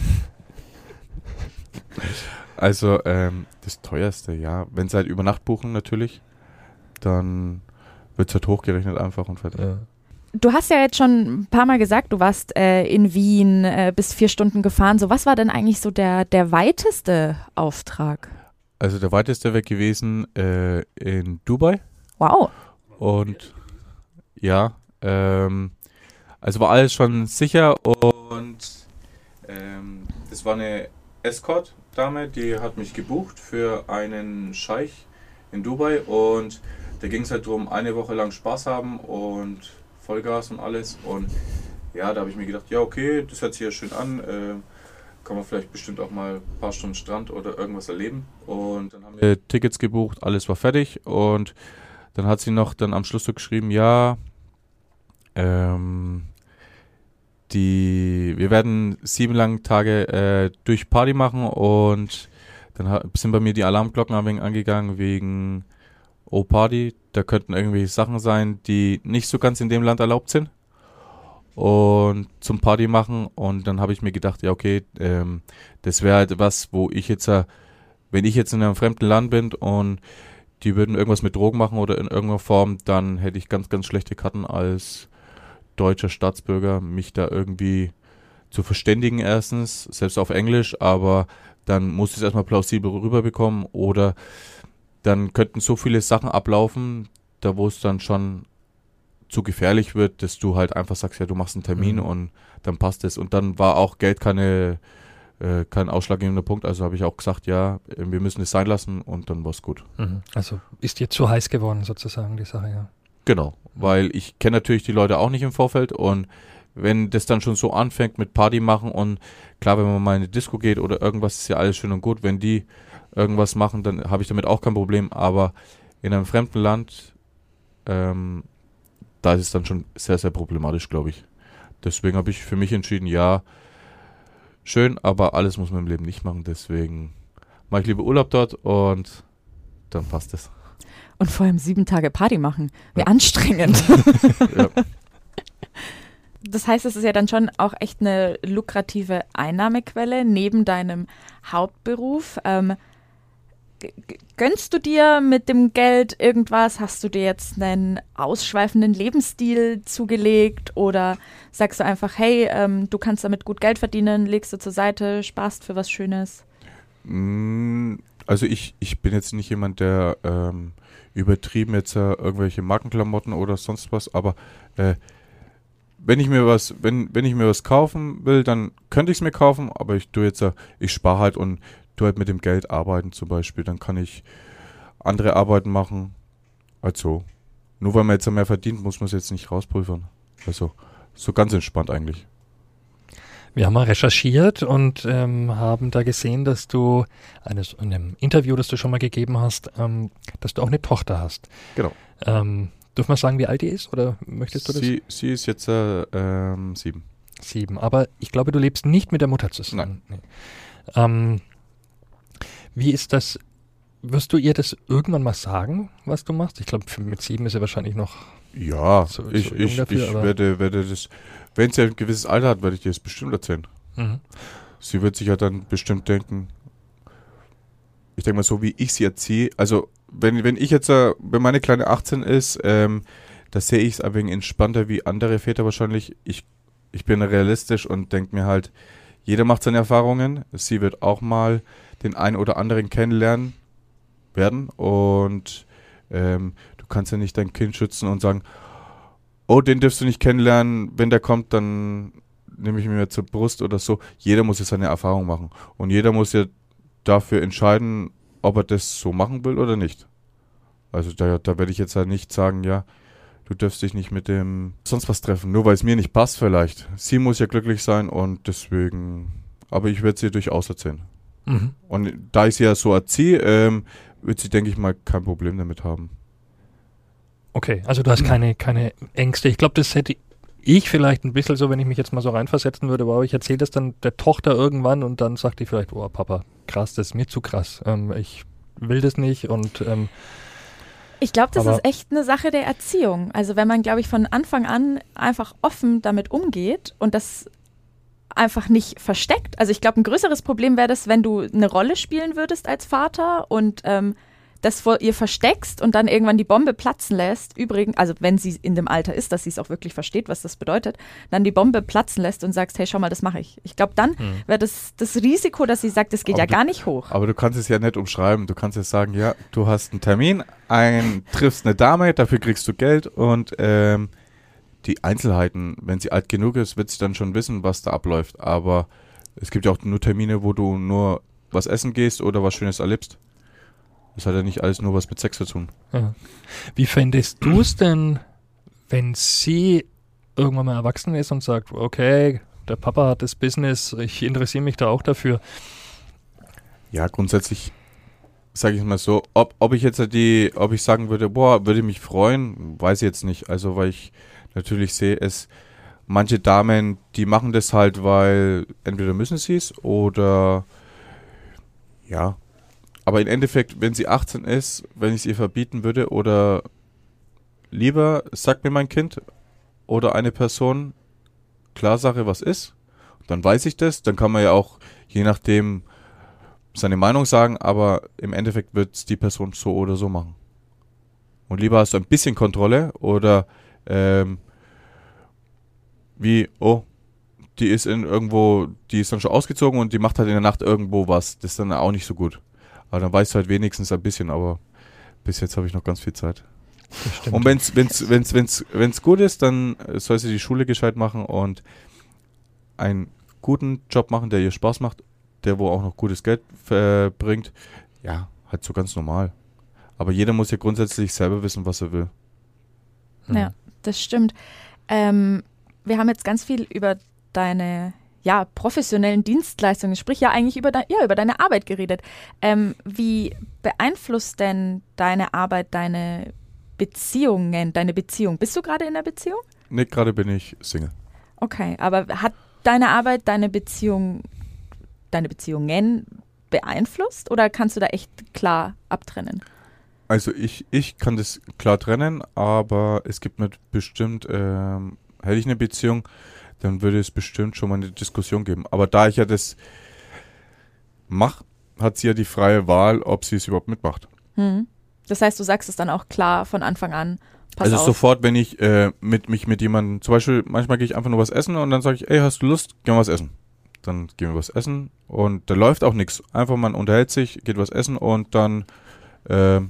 Also das teuerste, ja, wenn sie halt über Nacht buchen natürlich, dann wird es halt hochgerechnet einfach und fertig.
Ja.
Du hast ja jetzt schon ein paar Mal gesagt, du warst in Wien bis 4 Stunden gefahren. So, was war denn eigentlich so der weiteste Auftrag?
Also der weiteste wäre gewesen in Dubai.
Wow.
Und ja, also war alles schon sicher und das war eine Escort-Dame, die hat mich gebucht für einen Scheich in Dubai und da ging es halt darum, eine Woche lang Spaß haben und Vollgas und alles und ja, da habe ich mir gedacht, ja okay, das hört sich ja schön an, kann man vielleicht bestimmt auch mal ein paar Stunden Strand oder irgendwas erleben und dann haben wir Tickets gebucht, alles war fertig und dann hat sie noch dann am Schluss so geschrieben, ja, wir werden 7 lange Tage durch Party machen und dann sind bei mir die Alarmglocken ein wenig angegangen wegen Party. Da könnten irgendwelche Sachen sein, die nicht so ganz in dem Land erlaubt sind und zum Party machen und dann habe ich mir gedacht, ja okay, das wäre halt was, wo ich jetzt, wenn ich jetzt in einem fremden Land bin und die würden irgendwas mit Drogen machen oder in irgendeiner Form, dann hätte ich ganz, ganz schlechte Karten als deutscher Staatsbürger, mich da irgendwie zu verständigen erstens, selbst auf Englisch, aber dann muss ich es erstmal plausibel rüberbekommen oder dann könnten so viele Sachen ablaufen, da wo es dann schon zu gefährlich wird, dass du halt einfach sagst, ja, du machst einen Termin und dann passt es. Und dann war auch Geld kein ausschlaggebender Punkt, also habe ich auch gesagt, ja, wir müssen es sein lassen und dann war es gut.
Also ist dir zu heiß geworden sozusagen die Sache, ja.
Genau, weil ich kenne natürlich die Leute auch nicht im Vorfeld und wenn das dann schon so anfängt mit Party machen und klar, wenn man mal in eine Disco geht oder irgendwas, ist ja alles schön und gut, wenn die irgendwas machen, dann habe ich damit auch kein Problem, aber in einem fremden Land, da ist es dann schon sehr, sehr problematisch, glaube ich. Deswegen habe ich für mich entschieden, ja, schön, aber alles muss man im Leben nicht machen, deswegen mache ich lieber Urlaub dort und dann passt es.
Und vor allem 7 Tage Party machen. Wie anstrengend.
Ja.
Das heißt, es ist ja dann schon auch echt eine lukrative Einnahmequelle neben deinem Hauptberuf. Gönnst du dir mit dem Geld irgendwas? Hast du dir jetzt einen ausschweifenden Lebensstil zugelegt? Oder sagst du einfach, hey, du kannst damit gut Geld verdienen, legst du zur Seite, sparst für was Schönes?
Also ich bin jetzt nicht jemand, der übertrieben jetzt irgendwelche Markenklamotten oder sonst was, aber wenn ich mir was kaufen will, dann könnte ich es mir kaufen, aber ich spare halt und tue halt mit dem Geld arbeiten zum Beispiel, dann kann ich andere Arbeiten machen. Also, nur weil man jetzt mehr verdient, muss man es jetzt nicht rauspulvern. Also, so ganz entspannt eigentlich.
Wir haben mal recherchiert und haben da gesehen, dass du in einem Interview, das du schon mal gegeben hast, dass du auch eine Tochter hast.
Genau.
Dürfen wir sagen, wie alt die ist oder möchtest du das?
Sie ist jetzt 7.
7, aber ich glaube, du lebst nicht mit der Mutter zusammen.
Nein.
Nee. Wie ist das? Wirst du ihr das irgendwann mal sagen, was du machst? Ich glaube, mit 7 ist sie wahrscheinlich noch.
Ja,
so
ich
jung dafür, aber
werde das, wenn sie ein gewisses Alter hat, werde ich dir das bestimmt erzählen.
Mhm.
Sie wird sich ja dann bestimmt denken, ich denke mal so, wie ich sie erziehe, also wenn meine Kleine 18 ist, da sehe ich es ein wenig entspannter wie andere Väter wahrscheinlich. Ich bin realistisch und denke mir halt, jeder macht seine Erfahrungen, sie wird auch mal den einen oder anderen kennenlernen werden und du kannst ja nicht dein Kind schützen und sagen, oh, den darfst du nicht kennenlernen, wenn der kommt, dann nehme ich mir zur Brust oder so. Jeder muss ja seine Erfahrung machen und jeder muss ja dafür entscheiden, ob er das so machen will oder nicht. Also da werde ich jetzt halt nicht sagen, ja, du darfst dich nicht mit dem sonst was treffen, nur weil es mir nicht passt vielleicht. Sie muss ja glücklich sein und deswegen, aber ich werde sie durchaus erzählen.
Mhm.
Und da ich sie ja so erziehe, wird sie, denke ich mal, kein Problem damit haben.
Okay, also du hast keine Ängste. Ich glaube, das hätte ich vielleicht ein bisschen so, wenn ich mich jetzt mal so reinversetzen würde, aber ich erzähle das dann der Tochter irgendwann und dann sagt die vielleicht, oh Papa, krass, das ist mir zu krass. Ich will das nicht und
ich glaube, das ist echt eine Sache der Erziehung. Also wenn man, glaube ich, von Anfang an einfach offen damit umgeht und das einfach nicht versteckt. Also ich glaube, ein größeres Problem wäre das, wenn du eine Rolle spielen würdest als Vater und das vor ihr versteckst und dann irgendwann die Bombe platzen lässt. Übrigens, also wenn sie in dem Alter ist, dass sie es auch wirklich versteht, was das bedeutet, dann die Bombe platzen lässt und sagst, hey, schau mal, das mache ich. Ich glaube, dann wäre das Risiko, dass sie sagt, das geht gar nicht hoch.
Aber du kannst es ja nicht umschreiben. Du kannst jetzt sagen, ja, du hast einen Termin, triffst eine Dame, dafür kriegst du Geld und die Einzelheiten, wenn sie alt genug ist, wird sie dann schon wissen, was da abläuft. Aber es gibt ja auch nur Termine, wo du nur was essen gehst oder was Schönes erlebst. Das hat ja nicht alles nur was mit Sex zu tun.
Ja. Wie fändest du es denn, wenn sie irgendwann mal erwachsen ist und sagt, okay, der Papa hat das Business, ich interessiere mich da auch dafür?
Ja, grundsätzlich sage ich mal so, ob ich sagen würde, würde mich freuen, weiß ich jetzt nicht. Also, weil ich natürlich sehe, manche Damen, die machen das halt, weil entweder müssen sie es oder ja. Aber im Endeffekt, wenn sie 18 ist, wenn ich es ihr verbieten würde oder lieber, sagt mir mein Kind oder eine Person, klar Sache, was ist, dann weiß ich das, dann kann man ja auch je nachdem seine Meinung sagen, aber im Endeffekt wird es die Person so oder so machen. Und lieber hast du ein bisschen Kontrolle oder die ist die ist dann schon ausgezogen und die macht halt in der Nacht irgendwo was, das ist dann auch nicht so gut. Aber dann weißt du halt wenigstens ein bisschen, aber bis jetzt habe ich noch ganz viel Zeit. Und wenn's gut ist, dann soll sie die Schule gescheit machen und einen guten Job machen, der ihr Spaß macht, der wo auch noch gutes Geld bringt. Ja, halt so ganz normal. Aber jeder muss ja grundsätzlich selber wissen, was er will.
Ja, das stimmt. Wir haben jetzt ganz viel über deine professionellen Dienstleistungen, sprich ja eigentlich über deine Arbeit geredet. Wie beeinflusst denn deine Arbeit deine Beziehung? Bist du gerade in einer Beziehung?
Nee, gerade bin ich Single.
Okay, aber hat deine Arbeit deine Beziehungen beeinflusst oder kannst du da echt klar abtrennen?
Also ich kann das klar trennen, aber es gibt mit bestimmt, hätte ich eine Beziehung, dann würde es bestimmt schon mal eine Diskussion geben. Aber da ich ja das mache, hat sie ja die freie Wahl, ob sie es überhaupt mitmacht.
Das heißt, du sagst es dann auch klar von Anfang an, pass auf.
Sofort, wenn ich mich mit jemandem, zum Beispiel, manchmal gehe ich einfach nur was essen und dann sage ich, ey, hast du Lust? Gehen wir was essen. Dann gehen wir was essen und da läuft auch nichts. Einfach man unterhält sich, geht was essen und dann, wenn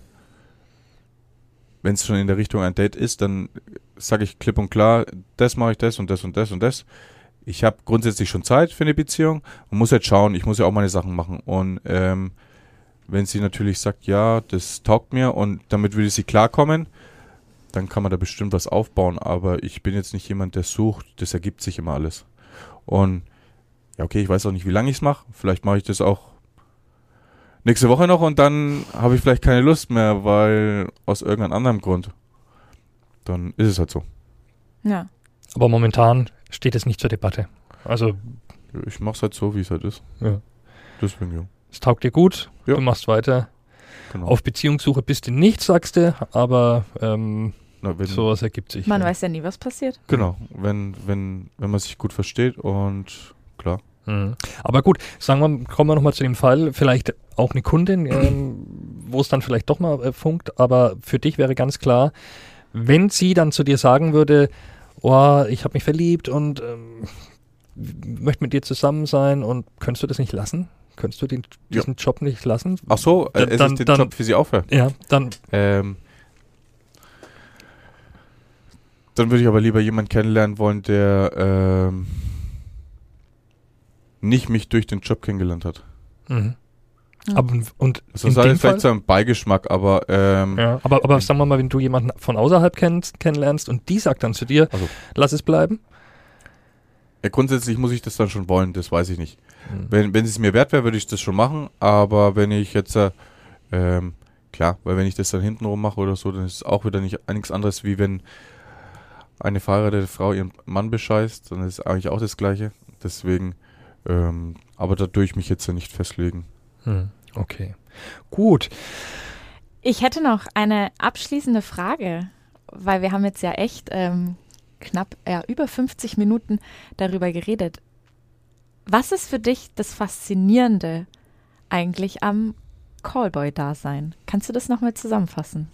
es schon in der Richtung ein Date ist, dann sage ich klipp und klar, das mache ich, das und das und das und das. Ich habe grundsätzlich schon Zeit für eine Beziehung und muss jetzt schauen, ich muss ja auch meine Sachen machen. Und wenn sie natürlich sagt, ja, das taugt mir und damit würde sie klarkommen, dann kann man da bestimmt was aufbauen. Aber ich bin jetzt nicht jemand, der sucht, das ergibt sich immer alles. Und ja, okay, ich weiß auch nicht, wie lange ich es mache. Vielleicht mache ich das auch nächste Woche noch und dann habe ich vielleicht keine Lust mehr, weil aus irgendeinem anderen Grund. Dann ist es halt so.
Ja.
Aber momentan steht es nicht zur Debatte. Also
ich mache es halt so, wie es halt ist.
Ja.
Deswegen, ja.
Es taugt dir gut,
ja.
Du machst weiter.
Genau.
Auf Beziehungssuche bist du nicht, sagst du, aber sowas ergibt sich.
Man weiß ja nie, was passiert.
Genau, wenn man sich gut versteht und klar.
Aber gut, kommen wir nochmal zu dem Fall, vielleicht auch eine Kundin, wo es dann vielleicht doch mal funkt, aber für dich wäre ganz klar, wenn sie dann zu dir sagen würde, oh, ich habe mich verliebt und möchte mit dir zusammen sein und könntest du das nicht lassen? Könntest du diesen Job nicht lassen?
Ach so, es ist den Job für sie aufhört.
Ja, dann.
Dann würde ich aber lieber jemanden kennenlernen wollen, der nicht mich durch den Job kennengelernt hat.
Mhm. Und
das ist halt vielleicht so ein Beigeschmack, aber
ja, aber sagen wir mal, wenn du jemanden von außerhalb kennenlernst und die sagt dann zu dir, lass es bleiben?
Ja, grundsätzlich muss ich das dann schon wollen, das weiß ich nicht. Wenn es mir wert wäre, würde ich das schon machen, aber wenn ich jetzt klar, weil wenn ich das dann hintenrum mache oder so, dann ist es auch wieder nichts anderes, wie wenn eine verheiratete Frau ihren Mann bescheißt, dann ist es eigentlich auch das Gleiche. Deswegen, aber da tue ich mich jetzt ja nicht festlegen.
Okay, gut.
Ich hätte noch eine abschließende Frage, weil wir haben jetzt ja echt über 50 Minuten darüber geredet. Was ist für dich das Faszinierende eigentlich am Callboy-Dasein? Kannst du das nochmal zusammenfassen?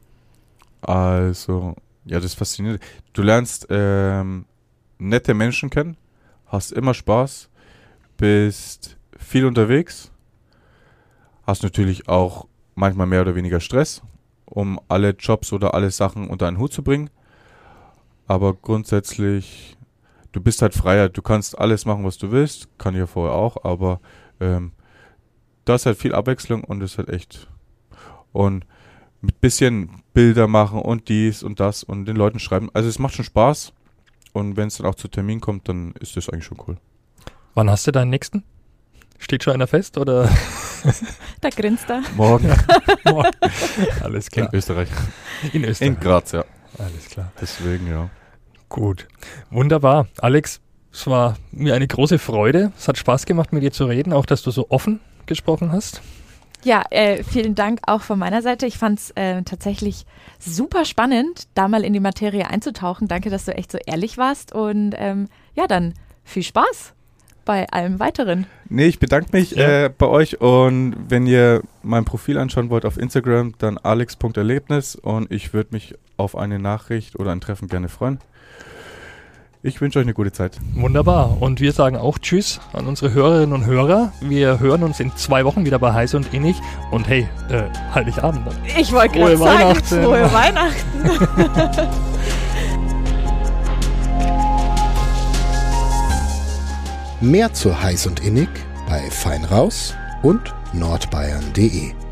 Also, ja, das ist faszinierend. Du lernst nette Menschen kennen, hast immer Spaß, bist viel unterwegs, hast natürlich auch manchmal mehr oder weniger Stress, um alle Jobs oder alle Sachen unter einen Hut zu bringen. Aber grundsätzlich, du bist halt freier, du kannst alles machen, was du willst, kann ich ja vorher auch, aber da ist halt viel Abwechslung und ist halt echt. Und mit bisschen Bilder machen und dies und das und den Leuten schreiben. Also es macht schon Spaß und wenn es dann auch zu Termin kommt, dann ist das eigentlich schon cool.
Wann hast du deinen nächsten? Steht schon einer fest oder?
Da grinst er.
Morgen.
Morgen. Alles klar.
In Österreich.
In Österreich.
In Graz, ja.
Alles klar.
Deswegen, ja.
Gut. Wunderbar. Alex, es war mir eine große Freude. Es hat Spaß gemacht, mit dir zu reden, auch dass du so offen gesprochen hast.
Ja, vielen Dank auch von meiner Seite. Ich fand es tatsächlich super spannend, da mal in die Materie einzutauchen. Danke, dass du echt so ehrlich warst und dann viel Spaß bei allem Weiteren.
Nee, ich bedanke mich bei euch und wenn ihr mein Profil anschauen wollt auf Instagram, dann alex.erlebnis und ich würde mich auf eine Nachricht oder ein Treffen gerne freuen. Ich wünsche euch eine gute Zeit.
Wunderbar. Und wir sagen auch Tschüss an unsere Hörerinnen und Hörer. Wir hören uns in 2 Wochen wieder bei Heiß und Innig. Und hey, Heiligabend.
Ich wollte gerade sagen, frohe Weihnachten.
Mehr zu Heiß und Innig bei Fein raus und nordbayern.de.